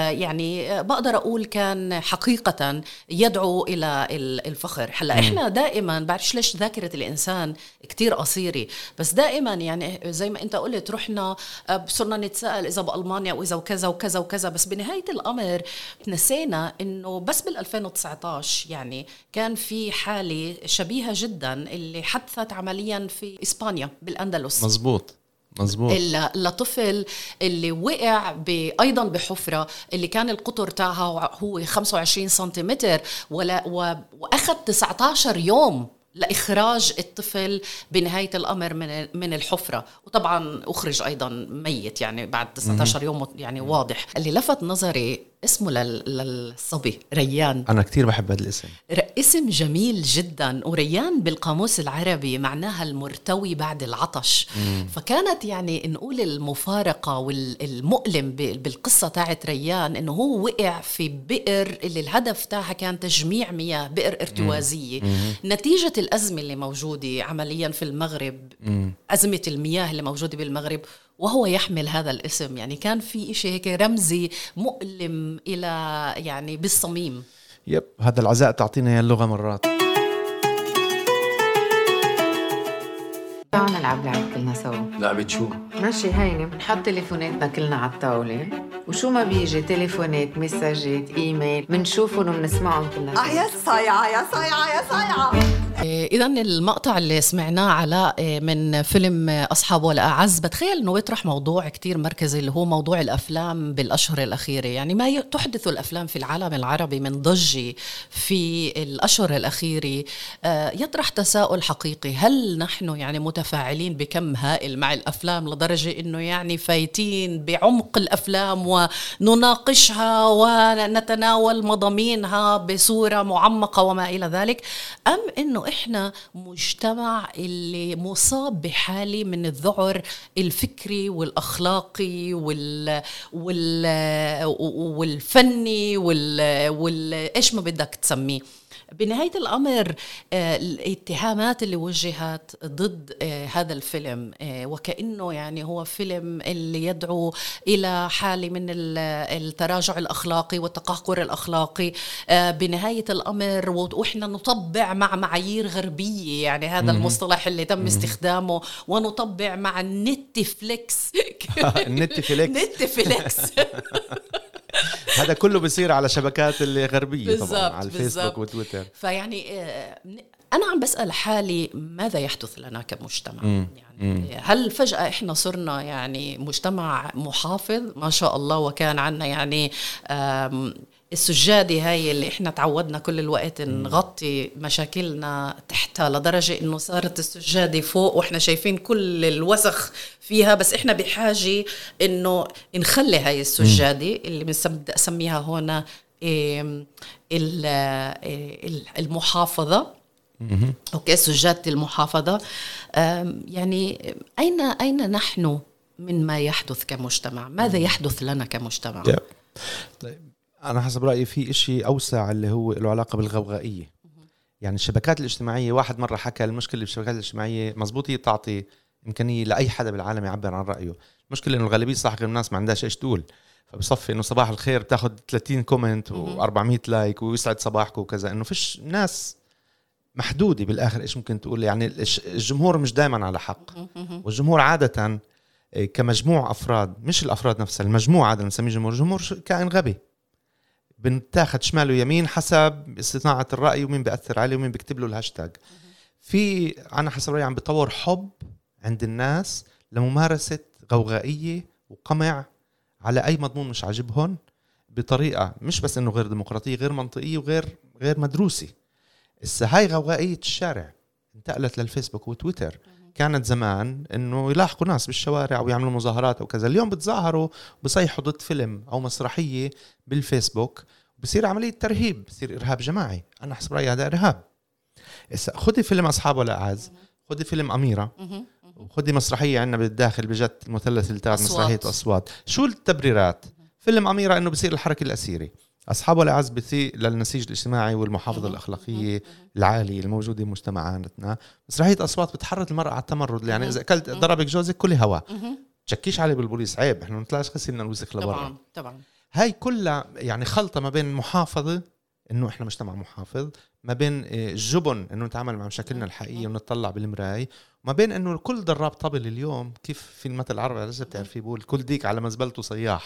يعني بقدر أقول كان حقيقة يدعو إلى الفخر. هلا احنا دائما بعرفش ليش ذاكرة الانسان كتير قصيرة، بس دائما يعني زي ما انت قلت رحنا صرنا نتساءل اذا بألمانيا واذا وكذا وكذا وكذا، بس بنهاية الامر نسينا انه بس بال ألفين وتسعة عشر يعني كان في حالة شبيهة جدا اللي حدثت عمليا في اسبانيا بالاندلس. مزبوط. مزبوط. لطفل اللي وقع أيضا بحفرة اللي كان القطر تاعها هو خمسة وعشرين سنتيمتر ولا وأخذ تسعة عشر يوم لإخراج الطفل بنهاية الأمر من من الحفرة، وطبعا أخرج أيضا ميت يعني بعد تسعة عشر يوم يعني واضح. اللي لفت نظري اسمه للصبي ريان. أنا كتير بحب هذا الاسم، اسم جميل جدا، وريان بالقاموس العربي معناها المرتوي بعد العطش. مم. فكانت يعني نقول المفارقة والمؤلم بالقصة تاعت ريان إنه هو وقع في بئر اللي الهدف تاعها كان تجميع مياه، بئر ارتوازية. مم. نتيجة الأزمة اللي موجودة عمليا في المغرب، مم. أزمة المياه اللي موجودة بالمغرب، وهو يحمل هذا الاسم. يعني كان في إشي هيك رمزي مؤلم إلى يعني بالصميم. يب، هذا العزاء تعطينا يا اللغة مرات. تعالوا نلعب لعبة كلنا سوا. لعبة شو؟ ماشي هيني، بنحط تليفوناتنا كلنا على الطاولة، وشو ما بيجي تليفونات مساجات إيميل بنشوفهم وبنسمعهم كلنا. آه يا صايعة يا صايعة يا صايعة. إذن المقطع اللي سمعناه على من فيلم أصحاب والأعز، بتخيل أنه يطرح موضوع كتير مركزي اللي هو موضوع الأفلام بالأشهر الأخيرة. يعني ما تحدث الأفلام في العالم العربي من ضجة في الأشهر الأخيرة يطرح تساؤل حقيقي: هل نحن يعني متفاعلين بكم هائل مع الأفلام لدرجة أنه يعني فايتين بعمق الأفلام ونناقشها ونتناول مضامينها بصورة معمقة وما إلى ذلك، أم أنه إحنا مجتمع اللي مصاب بحالة من الذعر الفكري والأخلاقي وال وال والفني وال وال إيش ما بدك تسميه؟ بنهاية الأمر الاتهامات اللي وجهت ضد هذا الفيلم وكأنه يعني هو فيلم اللي يدعو إلى حالة من التراجع الأخلاقي والتقهقر الأخلاقي بنهاية الأمر، وإحنا نطبع مع معايير غربية، يعني هذا المصطلح اللي تم استخدامه، ونطبع مع النتفليكس. النتفليكس نتفليكس هذا كله بيصير على شبكات الغربية طبعا، على الفيسبوك بالزبط. وتويتر. فيعني أنا عم بسأل حالي ماذا يحدث لنا كمجتمع؟ مم. يعني مم. هل فجأة إحنا صرنا يعني مجتمع محافظ ما شاء الله، وكان عنا يعني السجادة هاي اللي إحنا تعودنا كل الوقت نغطي مشاكلنا تحتها، لدرجة إنه صارت السجادة فوق وإحنا شايفين كل الوسخ فيها، بس إحنا بحاجة إنه نخلي هاي السجادة اللي بنسميها أسميها هنا المحافظة. أوكي، سجادة المحافظة. يعني أين أين نحن من ما يحدث كمجتمع؟ ماذا يحدث لنا كمجتمع؟ طيب، أنا حسب رأيي في إشي أوسع اللي هو له علاقة بالغوغائية. يعني الشبكات الاجتماعية، واحد مرة حكى المشكلة بالشبكات الاجتماعية مزبوطية تعطي إمكانية لأي حدا بالعالم يعبر عن رأيه. المشكلة إنه الغالبية صح الناس ما عندهاش إيش تقول، فبصفي إنه صباح الخير بتاخد ثلاثين كومنت وأربعمية لايك ويسعد صباحكم وكذا، إنه فيش ناس محدودة بالآخر إيش ممكن تقول. يعني الجمهور مش دائما على حق، والجمهور عادة كمجموع أفراد، مش الأفراد نفسها، المجموعة عادة نسميه جمهور. جمهور كائن غبي بنتاخد شمال ويمين حسب استطاعة الرأي ومين بيأثر عليه ومين بيكتب له الهاشتاج. في أنا حسب رأيي عم بتطور حب عند الناس لممارسة غوغائية وقمع على أي مضمون مش عاجبهم بطريقة مش بس إنه غير ديمقراطية، غير منطقية وغير غير مدروسة. السا هاي غوغائية الشارع انتقلت للفيسبوك وتويتر. كانت زمان إنه يلاحقوا ناس بالشوارع ويعملوا مظاهرات أو كذا، اليوم بتظاهروا بصيحوا ضد فيلم أو مسرحية بالفيسبوك، بصير عملية ترهيب، بصير إرهاب جماعي. أنا حسب رأيي هذا إرهاب. خدي فيلم أصحاب والأعز، خدي فيلم أميرة، وخدي مسرحية عنا بالداخل بجت مثلث التاج، مسرحية أصوات. شو التبريرات؟ فيلم أميرة إنه بصير الحركة الأسيري، أصحاب والأعز بثيء للنسيج الاجتماعي والمحافظة الأخلاقية العالية الموجودة بمجتمعاتنا. مسرحية أصوات بتحرض المرأة على التمرد، يعني إذا أكلت ضربك جوزك كل هوا تشكيش عليه بالبوليس، عيب، إحنا نطلعش خسينا الوسخ لبرا. طبعا طبعا. هاي كلها يعني خلطة ما بين محافظة، إنه إحنا مجتمع محافظ، ما بين الجبن إنه نتعامل مع مشاكلنا الحقيقية ونطلع بالمراية، وما بين إنه كل ضراب طبل اليوم، كيف في المثل العربي لسه بتعرفي بقول كل ديك على مزبلته صياح.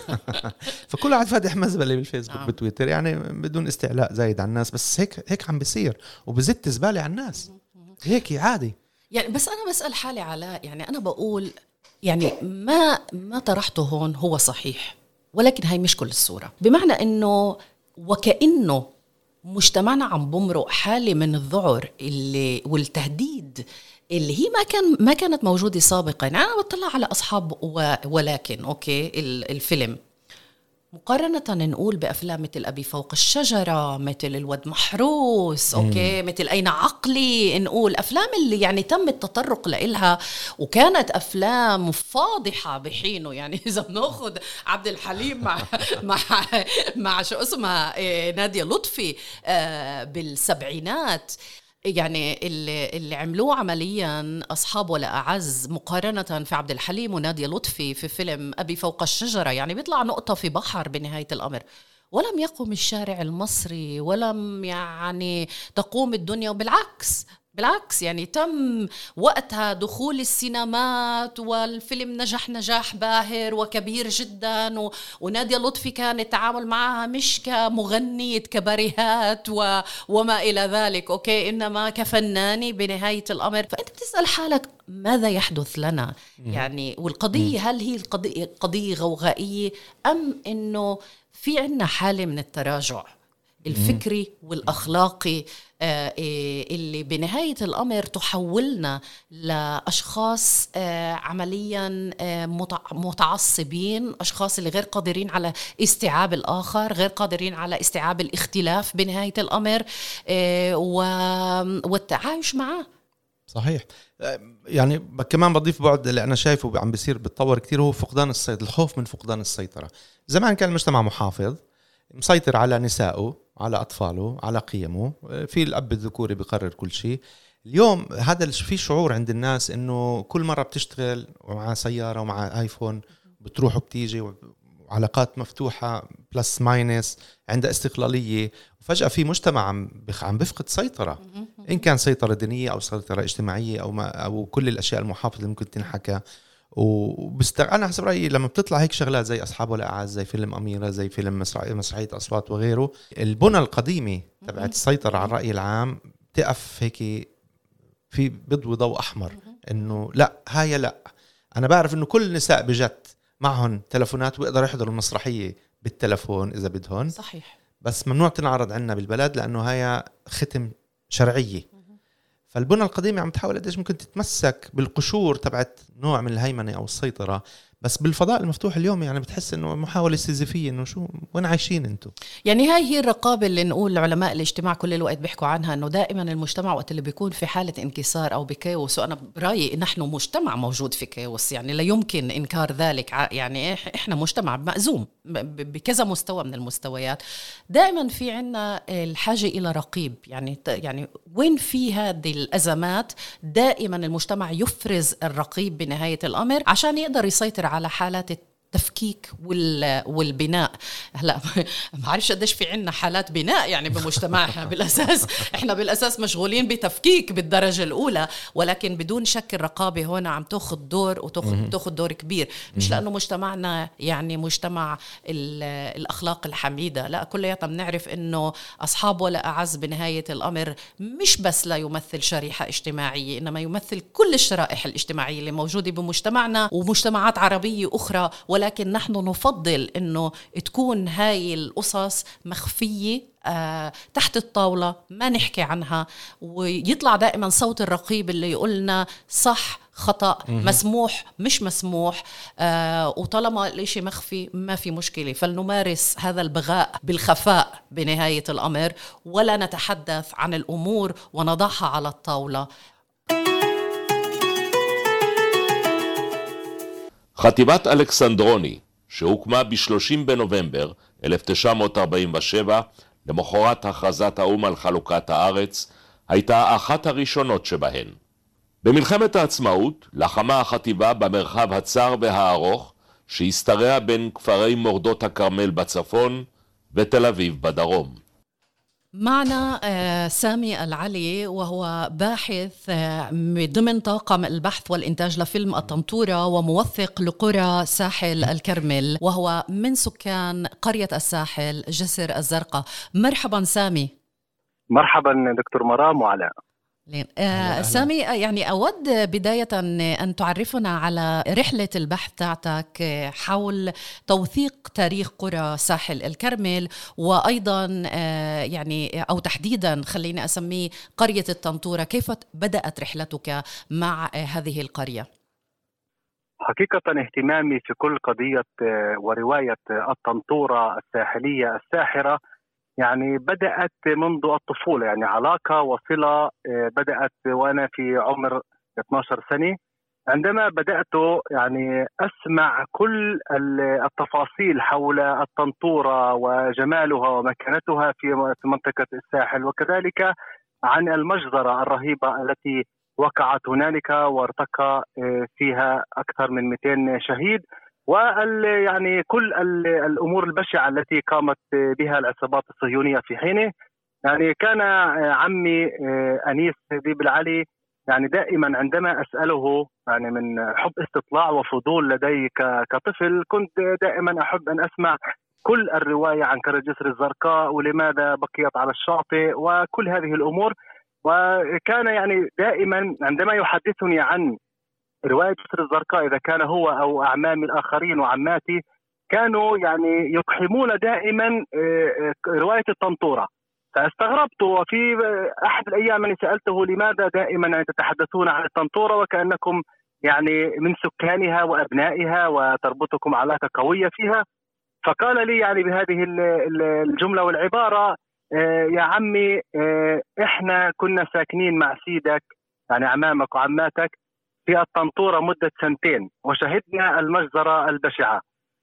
فكل واحد فاتح مزبلة بالفيسبوك آه. بتويتر، يعني بدون استعلاء زايد على الناس، بس هيك هيك عم بيصير وبزت زبالة على الناس، هيك عادي. يعني بس أنا بسأل حالي على، يعني أنا بقول يعني ما ما طرحته هون هو صحيح، ولكن هاي مش كل الصورة. بمعنى إنه وكأنه مجتمعنا عم بمرق حالة من الذعر اللي والتهديد اللي هي ما كان ما كانت موجودة سابقا. يعني أنا بطلع على أصحاب ولكن أوكي الفيلم مقارنة نقول بأفلام مثل أبي فوق الشجرة، مثل الود محروس، أوكي، مثل أين عقلي، نقول أفلام اللي يعني تم التطرق لإلها وكانت أفلام فاضحة بحينه. يعني إذا بناخد عبد الحليم مع مع مع شو اسمها نادية لطفي بالسبعينات، يعني اللي, اللي عملوه عمليا أصحاب ولا أعز مقارنة في عبد الحليم ونادية لطفي في فيلم أبي فوق الشجرة، يعني بيطلع نقطة في بحر بنهاية الأمر. ولم يقم الشارع المصري ولم يعني تقوم الدنيا، وبالعكس بالعكس يعني تم وقتها دخول السينمات والفيلم نجح نجاح باهر وكبير جدا، و... ونادية لطفي كان التعامل معها مش كمغنية كباريهات و... وما إلى ذلك، أوكي، إنما كفنانة بنهاية الأمر. فأنت بتسأل حالك ماذا يحدث لنا؟ يعني والقضية هل هي القضية قضية غوغائية أم إنه في عنا حالة من التراجع الفكري والأخلاقي اللي بنهاية الأمر تحولنا لأشخاص عمليا متعصبين، أشخاص اللي غير قادرين على استيعاب الآخر، غير قادرين على استيعاب الاختلاف بنهاية الأمر والتعايش معه. صحيح. يعني كمان بضيف بعد اللي أنا شايفه عم بيصير بتطور كتير، هو فقدان السيطرة، الخوف من فقدان السيطرة. زمان كان المجتمع محافظ مسيطر على نسائه، على أطفاله، على قيمه، في الأب الذكوري بيقرر كل شيء. اليوم هذا في شعور عند الناس إنه كل مرة بتشتغل ومع سيارة ومع آيفون بتروح وبتيجي وعلاقات مفتوحة بلس ماينس، عندها استقلالية، وفجأة في مجتمع عم عم بفقد سيطرة، إن كان سيطرة دينية أو سيطرة اجتماعية أو ما أو كل الأشياء المحافظة اللي ممكن تنحكى. وبستغ... أنا حسب رأيي لما بتطلع هيك شغلات زي أصحاب ولا أعز، زي فيلم أميرة، زي فيلم مسرحية, مسرحية أصوات وغيره، البنى القديمة تبعت السيطرة على الرأي العام تقف هيك في بضوء ضوء أحمر، إنه لا هاي لا. أنا بعرف إنه كل النساء بجت معهم تلفونات ويقدروا يحضروا المسرحية بالتلفون إذا بدهن، صحيح، بس ممنوع تنعرض عنا بالبلد لأنه هاي ختم شرعية. فالبنى القديمة عم تحاول قديش ممكن تتمسك بالقشور تبعت نوع من الهيمنة أو السيطرة، بس بالفضاء المفتوح اليوم يعني بتحس إنه محاولة سيزيفية، إنه شو وين عايشين أنتو. يعني هاي هي الرقابة اللي نقول علماء الاجتماع كل الوقت بيحكوا عنها، إنه دائما المجتمع وقت اللي بيكون في حالة انكسار أو بكاوس، وأنا برأيي نحن مجتمع موجود في كاوس، يعني لا يمكن إنكار ذلك، يعني إحنا مجتمع مأزوم بكذا مستوى من المستويات. دائما في عنا الحاجة إلى رقيب، يعني يعني وين في هذه الأزمات دائما المجتمع يفرز الرقيب بنهاية الأمر عشان يقدر يسيطر على حالات التفكيك والبناء. هلا ما بعرفش قديش في عنا حالات بناء يعني بمجتمعنا بالأساس، احنا بالأساس مشغولين بتفكيك بالدرجة الأولى، ولكن بدون شك الرقابة هنا عم تاخذ دور وتاخذ تاخذ دور كبير، مش لأنه مجتمعنا يعني مجتمع الأخلاق الحميدة، لا، كلياتنا بنعرف إنه أصحاب ولا أعز بنهاية الأمر مش بس لا يمثل شريحة اجتماعية، إنما يمثل كل الشرائح الاجتماعية اللي موجودة بمجتمعنا ومجتمعات عربية أخرى، ولكن نحن نفضل إنه تكون هاي القصص مخفية آه تحت الطاولة، ما نحكي عنها، ويطلع دائما صوت الرقيب اللي يقولنا صح خطأ، مسموح مش مسموح، آه وطالما الاشي مخفي ما في مشكلة، فلنمارس هذا البغاء بالخفاء بنهاية الأمر، ولا نتحدث عن الأمور ونضعها على الطاولة. חטיבת אלכסנדרוני, שהוקמה ב-שלושים בנובמבר אלף תשע מאות ארבעים ושבע, למחרת הכרזת האו"ם על חלוקת הארץ, הייתה אחת הראשונות שבהן. במלחמת העצמאות לחמה החטיבה במרחב הצר והארוך, שהשתרע בין כפרי מורדות הכרמל בצפון ותל אביב בדרום. معنا سامي العلي، وهو باحث ضمن طاقم البحث والإنتاج لفيلم الطنطورة وموثق لقرى ساحل الكرمل، وهو من سكان قرية الساحل جسر الزرقاء. مرحبا سامي. مرحبا دكتور مرام وعلاء. آه سامي، يعني أود بداية أن تعرفنا على رحلة البحث تاعتك حول توثيق تاريخ قرى ساحل الكرمل، وأيضا آه يعني أو تحديدا خليني أسميه قرية الطنطورة. كيف بدأت رحلتك مع آه هذه القرية؟ حقيقة اهتمامي في كل قضية ورواية الطنطورة الساحلية الساحرة يعني بدأت منذ الطفولة، يعني علاقة وصلة بدأت وأنا في عمر اثنتي عشرة سنة، عندما بدأت يعني أسمع كل التفاصيل حول الطنطورة وجمالها ومكانتها في منطقة الساحل، وكذلك عن المجزرة الرهيبة التي وقعت هنالك وارتقى فيها أكثر من مئتين شهيد، وال يعني كل الأمور البشعة التي قامت بها العصابات الصهيونية في حينه. يعني كان عمي أنيس ديب العلي يعني دائما عندما أسأله يعني من حب استطلاع وفضول لدي كطفل، كنت دائما أحب أن أسمع كل الرواية عن قرية جسر الزرقاء ولماذا بقيت على الشاطئ وكل هذه الأمور. وكان يعني دائما عندما يحدثني عن رواية جسر الزرقاء، إذا كان هو أو أعمامي الآخرين وعماتي، كانوا يعني يقحمون دائما رواية الطنطورة. فاستغربت، وفي أحد الأيام أنا سألته لماذا دائما تتحدثون عن الطنطورة وكأنكم يعني من سكانها وأبنائها وتربطكم علاقة قوية فيها. فقال لي يعني بهذه الجملة والعبارة: يا عمي، إحنا كنا ساكنين مع سيدك يعني عمامك وعماتك في الطنطورة مدة سنتين وشهدنا المجزرة البشعة،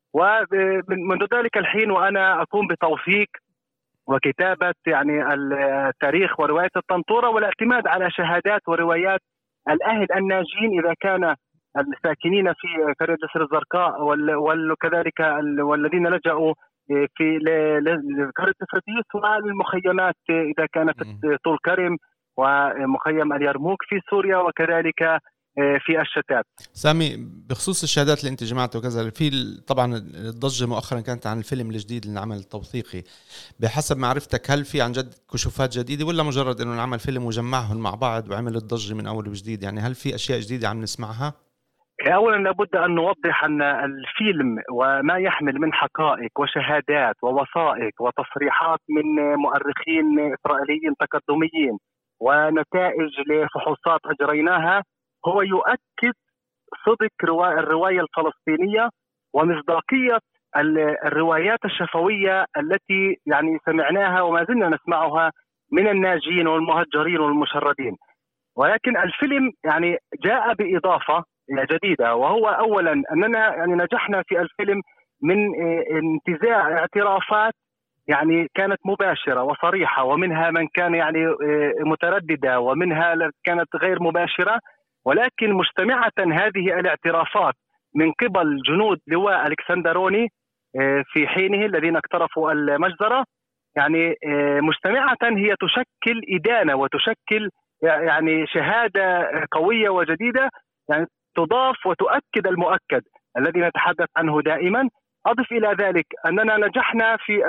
ومنذ ذلك الحين وأنا أقوم بتوثيق وكتابة يعني التاريخ ورواية الطنطورة والاعتماد على شهادات وروايات الأهل الناجين إذا كان الساكنين في قرية جسر الزرقاء وكذلك والذين لجأوا في قرية فريديس والمخيمات إذا كانت طول كرم ومخيم اليرموك في سوريا وكذلك في الشتات. سامي، بخصوص الشهادات اللي انت جمعته وكذا، في طبعا الضجة مؤخرا كانت عن الفيلم الجديد اللي عمل التوثيقي، بحسب معرفتك هل في عن جد كشوفات جديدة ولا مجرد انه نعمل فيلم وجمعهم مع بعض وعمل الضجة من اول وجديد؟ يعني هل في اشياء جديدة عم نسمعها؟ أولا لابد أن نوضح أن الفيلم وما يحمل من حقائق وشهادات ووثائق وتصريحات من مؤرخين إسرائيليين تقدميين ونتائج لفحوصات أجريناها هو يؤكد صدق الرواية الفلسطينية ومصداقية الروايات الشفوية التي يعني سمعناها وما زلنا نسمعها من الناجين والمهجرين والمشردين. ولكن الفيلم يعني جاء بإضافة جديدة، وهو أولا أننا يعني نجحنا في الفيلم من انتزاع اعترافات يعني كانت مباشرة وصريحة، ومنها من كان يعني مترددة ومنها كانت غير مباشرة، ولكن مجتمعة هذه الاعترافات من قبل جنود لواء ألكسندروني في حينه الذين اقترفوا المجزرة، يعني مجتمعة هي تشكل إدانة وتشكل يعني شهادة قوية وجديدة يعني تضاف وتؤكد المؤكد الذي نتحدث عنه دائما. أضف إلى ذلك أننا نجحنا في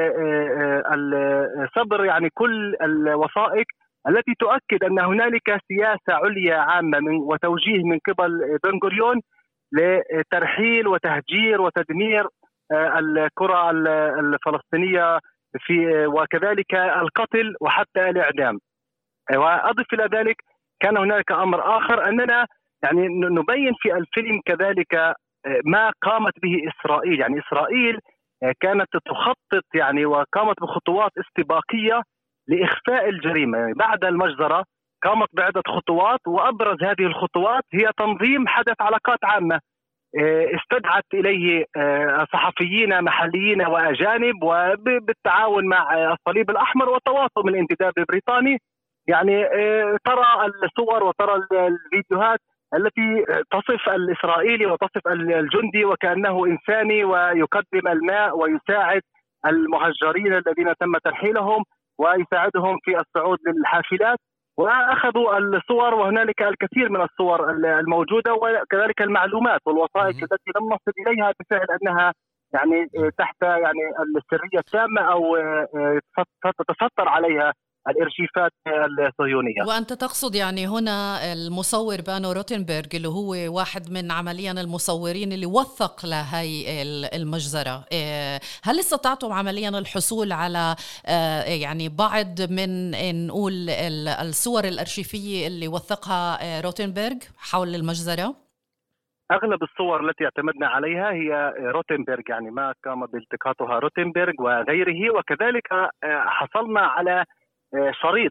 الصبر يعني كل الوثائق التي تؤكد أن هنالك سياسة عليا عامة من وتوجيه من قبل بن غوريون لترحيل وتهجير وتدمير القرى الفلسطينية في وكذلك القتل وحتى الإعدام. وأضف إلى ذلك كان هناك أمر آخر أننا يعني نبين في الفيلم كذلك ما قامت به إسرائيل. يعني إسرائيل كانت تخطط يعني وقامت بخطوات استباقية لإخفاء الجريمة. يعني بعد المجزرة قامت بعدة خطوات، وأبرز هذه الخطوات هي تنظيم حدث علاقات عامة استدعت إليه صحفيين محليين وأجانب وبالتعاون مع الصليب الأحمر والتواصل من الانتداب البريطاني. يعني ترى الصور وترى الفيديوهات التي تصف الإسرائيلي وتصف الجندي وكأنه إنساني ويقدم الماء ويساعد المهجرين الذين تم ترحيلهم ويساعدهم في الصعود للحافلات. وأخذوا الصور وهنالك الكثير من الصور الموجودة وكذلك المعلومات والوثائق التي لم نصل إليها بفعل أنها يعني تحت يعني السرية التامة أو تتستر عليها الارشيفات الصهيونيه. وانت تقصد يعني هنا المصور بانو روتنبرغ اللي هو واحد من عمليا المصورين اللي وثق لهي المجزره. هل استطعتم عمليا الحصول على يعني بعض من نقول الصور الارشيفيه اللي وثقها روتنبرغ حول المجزره؟ أغلب الصور التي اعتمدنا عليها هي روتنبرغ، يعني ما قام بالتقاطها روتنبرغ وغيره. وكذلك حصلنا على شريط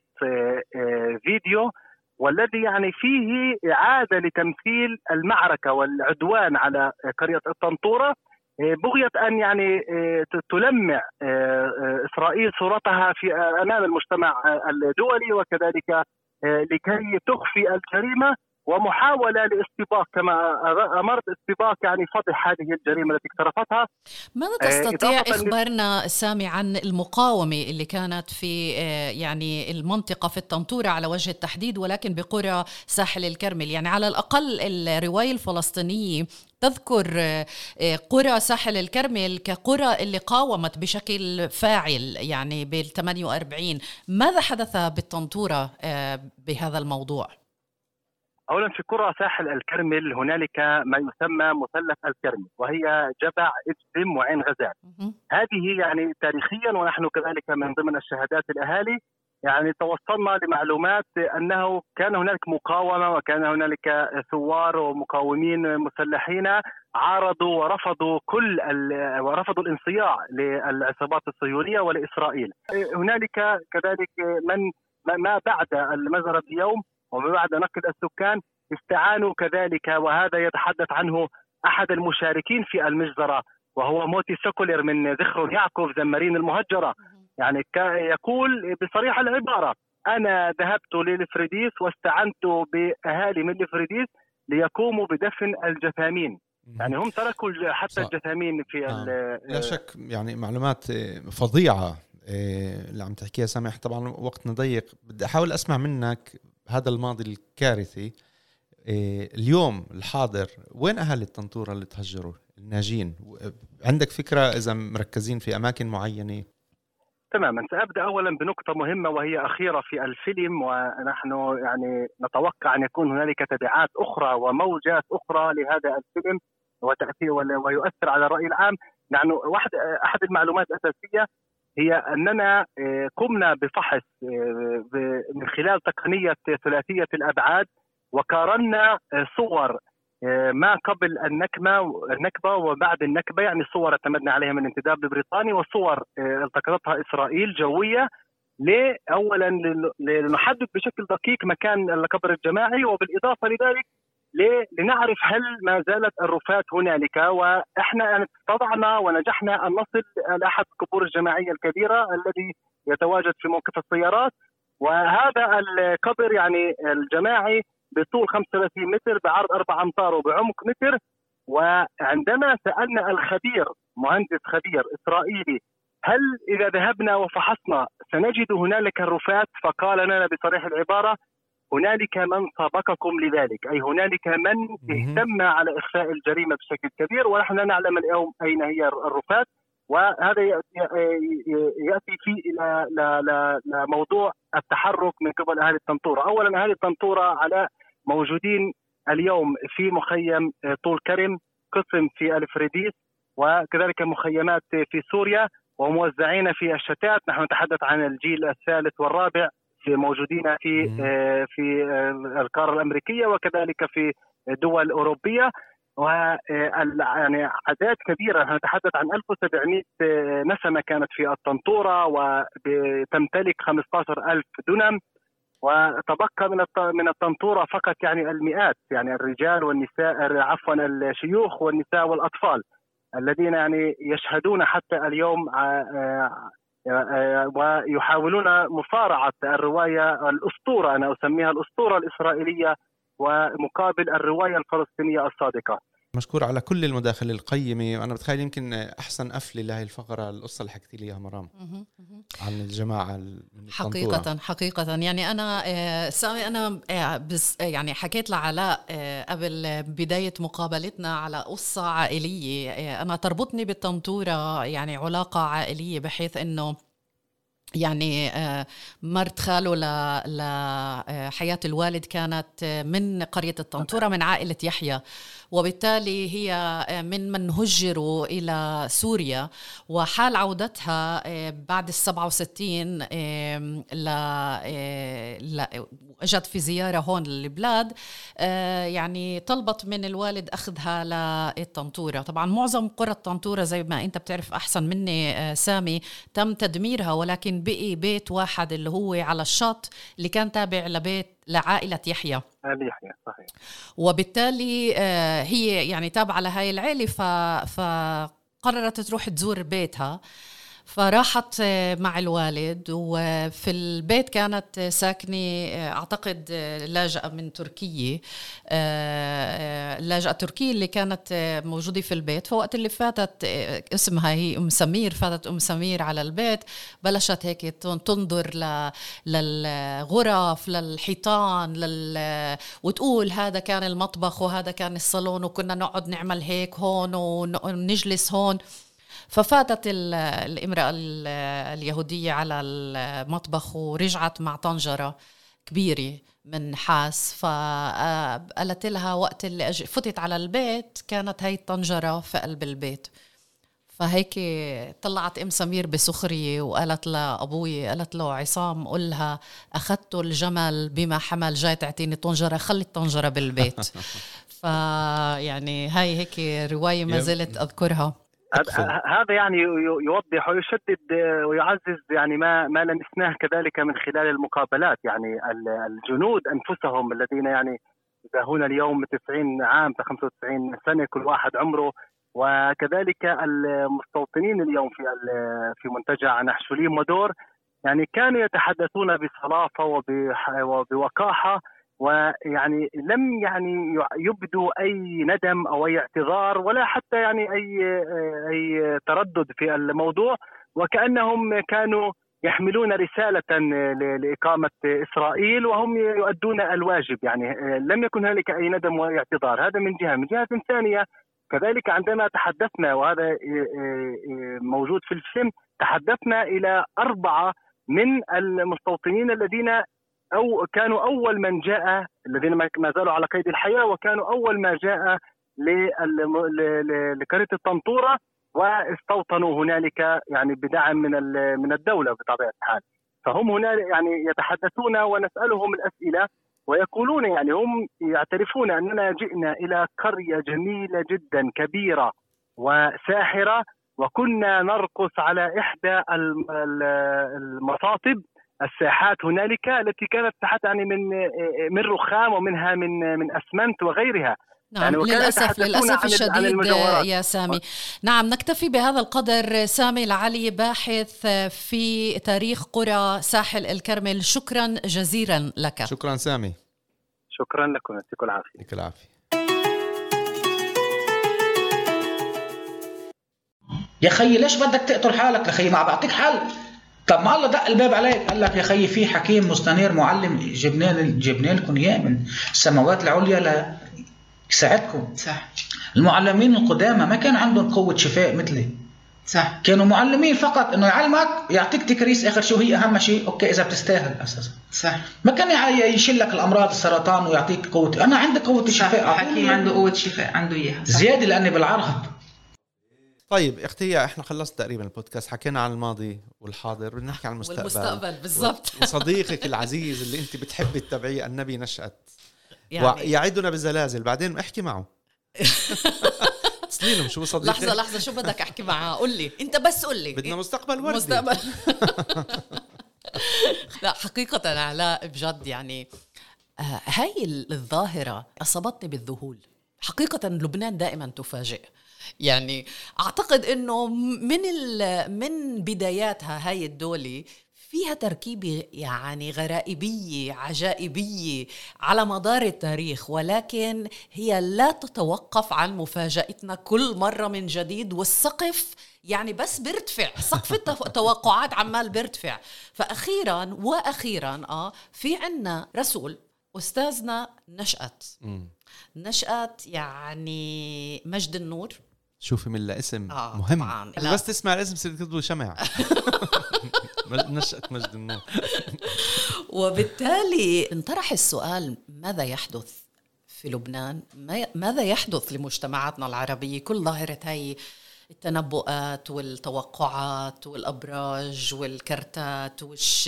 فيديو والذي يعني فيه إعادة لتمثيل المعركة والعدوان على قرية الطنطورة، بغية أن يعني تلمع إسرائيل صورتها في أمام المجتمع الدولي، وكذلك لكي تخفي الجريمة ومحاولة لاستباق كما أمرت استباق يعني فضح هذه الجريمة التي اقترفتها. ماذا تستطيع إخبارنا سامي عن المقاومة اللي كانت في يعني المنطقة في الطنطورة على وجه التحديد، ولكن بقرى ساحل الكرمل؟ يعني على الأقل الرواية الفلسطينية تذكر قرى ساحل الكرمل كقرى اللي قاومت بشكل فاعل يعني بالثمانية وأربعين. ماذا حدث بالطنطورة بهذا الموضوع؟ أولا في قرى ساحل الكرمل هنالك ما يسمى مثلث الكرمل، وهي جبع إجدم وعين غزال. هذه يعني تاريخيا ونحن كذلك من ضمن الشهادات الأهالي يعني توصلنا لمعلومات أنه كان هنالك مقاومة، وكان هنالك ثوار ومقاومين مسلحين عارضوا ورفضوا كل ورفضوا الانصياع للعصابات الصهيونية ولإسرائيل. هنالك كذلك من ما بعد المجزرة اليوم وما بعد نقل السكان استعانوا كذلك، وهذا يتحدث عنه أحد المشاركين في المجزرة وهو موتي سوكولير من ذخر يعقوب زمارين المهجرة. يعني يقول بصريح العبارة: أنا ذهبت للفريديس واستعنت بأهالي من الفريديس ليقوموا بدفن الجثامين. يعني هم تركوا حتى صح. الجثامين في آه. لا شك يعني معلومات فظيعة اللي عم تحكيها سامح. طبعا وقتنا ضيق، بدي أحاول أسمع منك هذا الماضي الكارثي اليوم الحاضر. وين أهل الطنطورة اللي تهجروا الناجين؟ عندك فكرة إذا مركزين في أماكن معينة؟ تماما. سأبدأ أولا بنقطة مهمة وهي أخيرة في الفيلم، ونحن يعني نتوقع أن يكون هنالك تبعات أخرى وموجات أخرى لهذا الفيلم وتأثير ويؤثر على الرأي العام. يعني واحد أحد المعلومات الأساسية هي أننا قمنا بفحص من خلال تقنية ثلاثية الأبعاد، وقارنا صور ما قبل النكبة النكبة وبعد النكبة، يعني صور اعتمدنا عليها من انتداب بريطاني وصور التقطتها إسرائيل جوية، أولا لنحدد بشكل دقيق مكان القبر الجماعي، وبالإضافة لذلك لنعرف هل ما زالت الرفات هنالك. وإحنا يعني استطعنا ونجحنا أن نصل لأحد القبور الجماعية الكبيرة الذي يتواجد في موقف السيارات، وهذا القبر يعني الجماعي بطول خمسة وثلاثين متر بعرض أربعة أمتار وبعمق متر. وعندما سألنا الخبير مهندس خبير إسرائيلي هل إذا ذهبنا وفحصنا سنجد هنالك الرفات، فقال لنا بصريح العبارة: هنالك من سبقكم لذلك، أي هنالك من اهتم على إخفاء الجريمة بشكل كبير، ونحن لا نعلم اليوم أين هي الرفات. وهذا يأتي فيه إلى موضوع التحرك من قبل أهل الطنطورة. أولا أهل الطنطورة على موجودين اليوم في مخيم طول كرم، قسم في الفريديس، وكذلك مخيمات في سوريا، وموزعين في الشتات. نحن نتحدث عن الجيل الثالث والرابع في موجودين في في القارة الأمريكية وكذلك في دول أوروبية، ويعني أعداد كبيرة. نتحدث عن ألف وسبعمائة نسمة كانت في الطنطورة وتمتلك خمسة عشر ألف دونم، وتبقى من من الطنطورة فقط يعني المئات، يعني الرجال والنساء، عفوا الشيوخ والنساء والأطفال الذين يعني يشهدون حتى اليوم ويحاولون مصارعة الرواية الأسطورة، أنا أسميها الأسطورة الإسرائيلية، ومقابل الرواية الفلسطينية الصادقة. مشكور على كل المداخلة القيمة. أنا بتخيل يمكن أحسن قفلة لهي الفقرة القصة اللي حكيت لي إياها مرام عن الجماعة من حقيقة حقيقة يعني أنا سامي أنا بس يعني حكيت لعلاء قبل بداية مقابلتنا على قصة عائلية. أنا تربطني بالطنطورة يعني علاقة عائلية، بحيث إنه يعني مرت خاله لحياة الوالد كانت من قرية الطنطورة من عائلة يحيى، وبالتالي هي من من هجروا إلى سوريا، وحال عودتها بعد السبعة وستين أجت في زيارة هون للبلاد، يعني طلبت من الوالد أخذها للطنطورة. طبعا معظم قرى الطنطورة زي ما أنت بتعرف أحسن مني سامي تم تدميرها، ولكن بقي بيت واحد اللي هو على الشط اللي كان تابع لبيت لعائلة يحيى. يحيى صحيح. وبالتالي هي يعني تابعة لهاي العائلة، فقررت تروح تزور بيتها، فراحت مع الوالد. وفي البيت كانت ساكنة أعتقد لاجئة من تركيا، لاجئة تركية اللي كانت موجودة في البيت. فوقت اللي فاتت اسمها هي أم سمير، فاتت أم سمير على البيت، بلشت هيك تنظر للغرف للحيطان لل... وتقول هذا كان المطبخ وهذا كان الصالون، وكنا نقعد نعمل هيك هون ونجلس هون. ففاتت الامرأة اليهودية على المطبخ ورجعت مع طنجرة كبيرة من نحاس، فقالت لها وقت اللي فتت على البيت كانت هاي الطنجرة في قلب البيت. فهيك طلعت ام سمير بسخرية وقالت لأبوي، قالت له عصام قلها أخذت الجمل بما حمل، جاي تعطيني طنجرة، خلي الطنجرة بالبيت. فيعني هاي هيك رواية ما زلت أذكرها. هذا يعني يوضح ويشدد ويعزز يعني ما ما لمسناه كذلك من خلال المقابلات. يعني الجنود أنفسهم الذين يعني يزاهون اليوم تسعين عام خمسة وتسعين سنة كل واحد عمره، وكذلك المستوطنين اليوم في في منتجع نحشوليم ودور، يعني كانوا يتحدثون بصلافة وبوقاحة، ويعني لم يعني يبدوا أي ندم أو أي اعتذار ولا حتى يعني أي أي تردد في الموضوع، وكأنهم كانوا يحملون رسالة لإقامة إسرائيل وهم يؤدون الواجب. يعني لم يكن هنالك أي ندم وأي اعتذار. هذا من جهة. من جهة ثانية كذلك عندما تحدثنا، وهذا موجود في الفيلم، تحدثنا إلى أربعة من المستوطنين الذين أو كانوا أول من جاء، الذين ما زالوا على قيد الحياة، وكانوا أول ما جاء لقرية الطنطورة واستوطنوا هنالك يعني بدعم من من الدولة بطبيعة الحال. فهم هنا يعني يتحدثون ونسألهم الأسئلة ويقولون، يعني هم يعترفون أننا جئنا إلى قرية جميلة جدا كبيرة وساحرة، وكنا نرقص على إحدى المصاطب الساحات هنالك التي كانت تحت يعني من من رخام ومنها من من أسمنت وغيرها. نعم يعني للأسف للأسف الشديد يا سامي. نعم نكتفي بهذا القدر. سامي العلي باحث في تاريخ قرى ساحل الكرمل، شكرا جزيلا لك. شكرا سامي. شكرا لكم، يعطيكم العافية. يعطيك العافية. يا خيي ليش بدك تقتل حالك؟ يا خيي ما بعطيك حل. طب ما الله دق الباب عليك قال لك يا خيي في حكيم مستنير معلم جبنا جبنا لكم اياه من السماوات العليا ليساعدكم. صح. المعلمين القدامى ما كان عندهم قوة شفاء مثلي. صح. كانوا معلمين فقط انه يعلمك يعطيك تكريس اخر شو هي اهم شيء، اوكي اذا بتستاهل اساسا. صح. ما كان يشيل لك الامراض السرطان ويعطيك قوة. انا عندي قوة الشفاء. حكيم عنده قوة شفاء عنده اياها زيادة لاني بالعرض. طيب اختي احنا خلصت تقريبا البودكاست، حكينا عن الماضي والحاضر، بدنا نحكي عن المستقبل. والمستقبل بالضبط. وصديقك العزيز اللي انت بتحبي تتابعيه النبي نشأت يعني ويعدنا بزلازل، بعدين احكي معه. تسليلهم شو صديقي. لحظة لحظة شو بدك احكي معه؟ قل لي انت بس قل لي. بدنا مستقبل وردي. مستقبل. لا حقيقة علاء بجد يعني آه هاي الظاهرة أصابتني بالذهول. حقيقة لبنان دائما تفاجئ. يعني أعتقد أنه من من بداياتها هاي الدولة فيها تركيبة يعني غرائبية عجائبية على مدار التاريخ، ولكن هي لا تتوقف عن مفاجأتنا كل مرة من جديد، والسقف يعني بس بيرتفع، سقف التوقعات عمال بيرتفع. فأخيرا وأخيرا آه في عنا رسول أستاذنا نشأت. نشأت يعني مجد النور شوفي من اسم آه مهم طبعاً. بس تسمع الاسم صرت تكتبوا شمع. نشأة مجد النور. وبالتالي انطرح السؤال ماذا يحدث في لبنان؟ ماذا يحدث لمجتمعاتنا العربية؟ كل ظاهرة هاي التنبؤات والتوقعات والأبراج والكرتات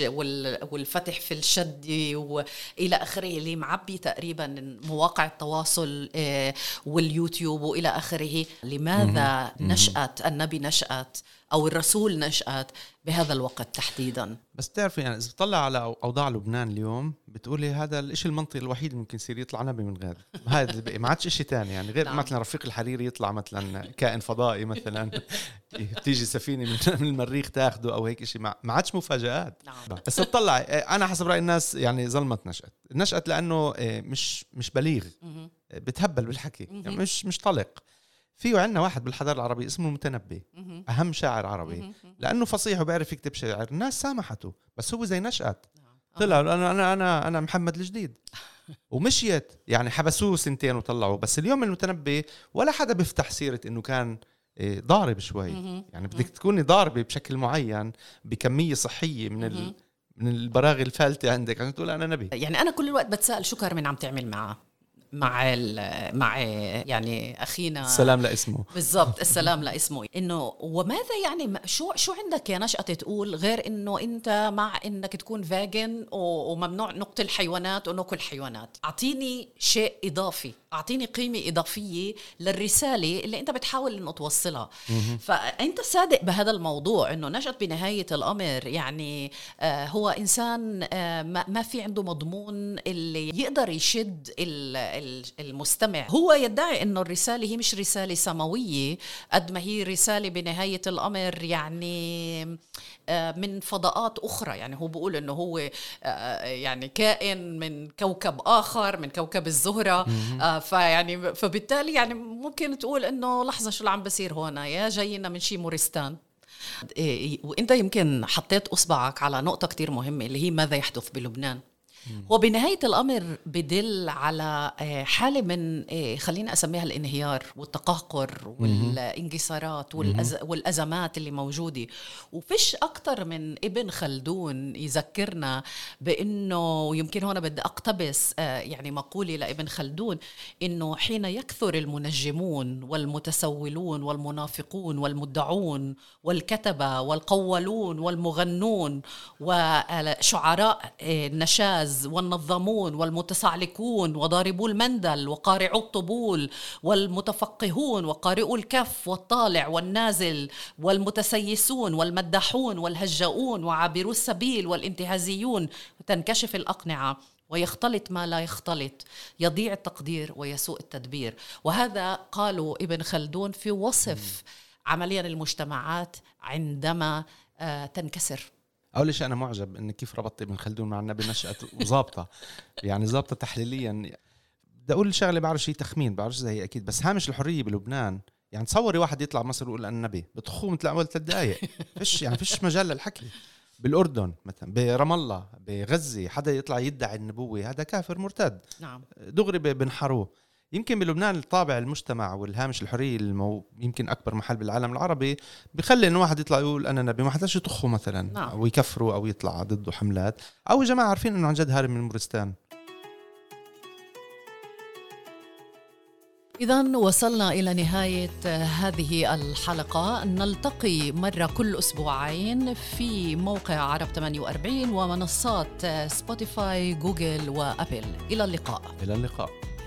والفتح في الشد وإلى آخره اللي معبي تقريبا مواقع التواصل واليوتيوب وإلى آخره. لماذا نشأت النبي نشأت أو الرسول نشأت بهذا الوقت تحديدا؟ بس تعرفي يعني إذا بتطلع على أوضاع لبنان اليوم بتقولي هذا الإشي المنطقي الوحيد ممكن يصير يطلع نبي من غير هذا البقي ما عادش إشي تاني يعني غير نعم. مثلا رفيق الحريري يطلع مثلا كائن فضائي مثلا بتيجي سفينة من المريخ تاخده أو هيك إشي ما عادش مفاجآت. نعم. بس تطلع أنا حسب رأي الناس يعني ظلمت نشأت نشأت لأنه مش مش بليغ بتهبل بالحكي يعني مش مش طلق. فيه عندنا واحد بالحضارة العربية اسمه المتنبي أهم شاعر عربي لأنه فصيح وبيعرف يكتب شعر. الناس سامحته بس هو زي نشأت طلع أنا أنا أنا أنا محمد الجديد ومشيت يعني حبسوه سنتين وطلعوا. بس اليوم المتنبي ولا حدا بيفتح سيرة إنه كان ضارب شوي يعني بدك تكوني ضاربة بشكل معين بكمية صحية من ال من البراغي الفالتة عندك عشان تقول أنا نبي. يعني أنا كل الوقت بتسأل شو كارمن عم تعمل معه مع مع يعني اخينا السلام لاسمه بالضبط السلام لاسمه انه وماذا يعني شو شو عندك يا نشأة تقول غير انه انت مع انك تكون فاجن وممنوع نقتل حيوانات وناكل حيوانات. اعطيني شيء اضافي اعطيني قيمة اضافية للرسالة اللي انت بتحاول انه توصلها. فانت صادق بهذا الموضوع انه نشأة بنهاية الامر يعني آه هو انسان آه ما في عنده مضمون اللي يقدر يشد المستمع. هو يدعي انه الرسالة هي مش رسالة سماوية قد ما هي رسالة بنهاية الامر يعني من فضاءات اخرى. يعني هو بيقول انه هو يعني كائن من كوكب اخر من كوكب الزهرة. فيعني فبالتالي يعني ممكن تقول انه لحظة شو اللي عم بصير هنا يا جاينا من شي مورستان. وانت يمكن حطيت اصبعك على نقطة كتير مهمة اللي هي ماذا يحدث بلبنان. وبنهاية الأمر بدل على حالة من خلينا أسميها الانهيار والتقهقر والانكسارات والأزمات اللي موجودة. وفيش أكتر من ابن خلدون يذكرنا بأنه يمكن هنا بدي أقتبس يعني مقولة لابن خلدون إنه حين يكثر المنجمون والمتسولون والمنافقون والمدعون والكتبة والقولون والمغنون وشعراء النشاز والنظامون والمتصعلكون وضاربو المندل وقارعو الطبول والمتفقهون وقارئو الكف والطالع والنازل والمتسيسون والمدحون والهجاؤون وعابرو السبيل والانتهازيون تنكشف الأقنعة ويختلط ما لا يختلط يضيع التقدير ويسوء التدبير. وهذا قالوا ابن خلدون في وصف عمليا المجتمعات عندما تنكسر. أول شيء أنا معجب إن كيف ربطت ابن خلدون مع النبي نشأة وظابطة يعني ظابطة تحليليا. بدي أقول شغلة بعرف شيء تخمين بعرف زي أكيد بس هامش الحرية بلبنان يعني تصوري واحد يطلع مصر ويقول أنا النبي بتخوه مثل أول ثلاث دقايق فيش يعني فيش مجال للحكي. بالأردن مثلا برام الله بغزة حدا يطلع يدعي النبوة هذا كافر مرتد. نعم. دغري بنحروه. يمكن بلبنان الطابع المجتمع والهامش الحرية المو... يمكن أكبر محل بالعالم العربي بيخلي إنه واحد يطلع يقول أنا نبي ما حداش يطخه مثلا. نعم. أو يكفروا أو يطلع ضده حملات أو جماعة عارفين إنه عن جد هارب من مورستان. إذن وصلنا إلى نهاية هذه الحلقة. نلتقي مرة كل أسبوعين في موقع عرب ثمانية وأربعين ومنصات سبوتيفاي جوجل وأبل. إلى اللقاء. إلى اللقاء.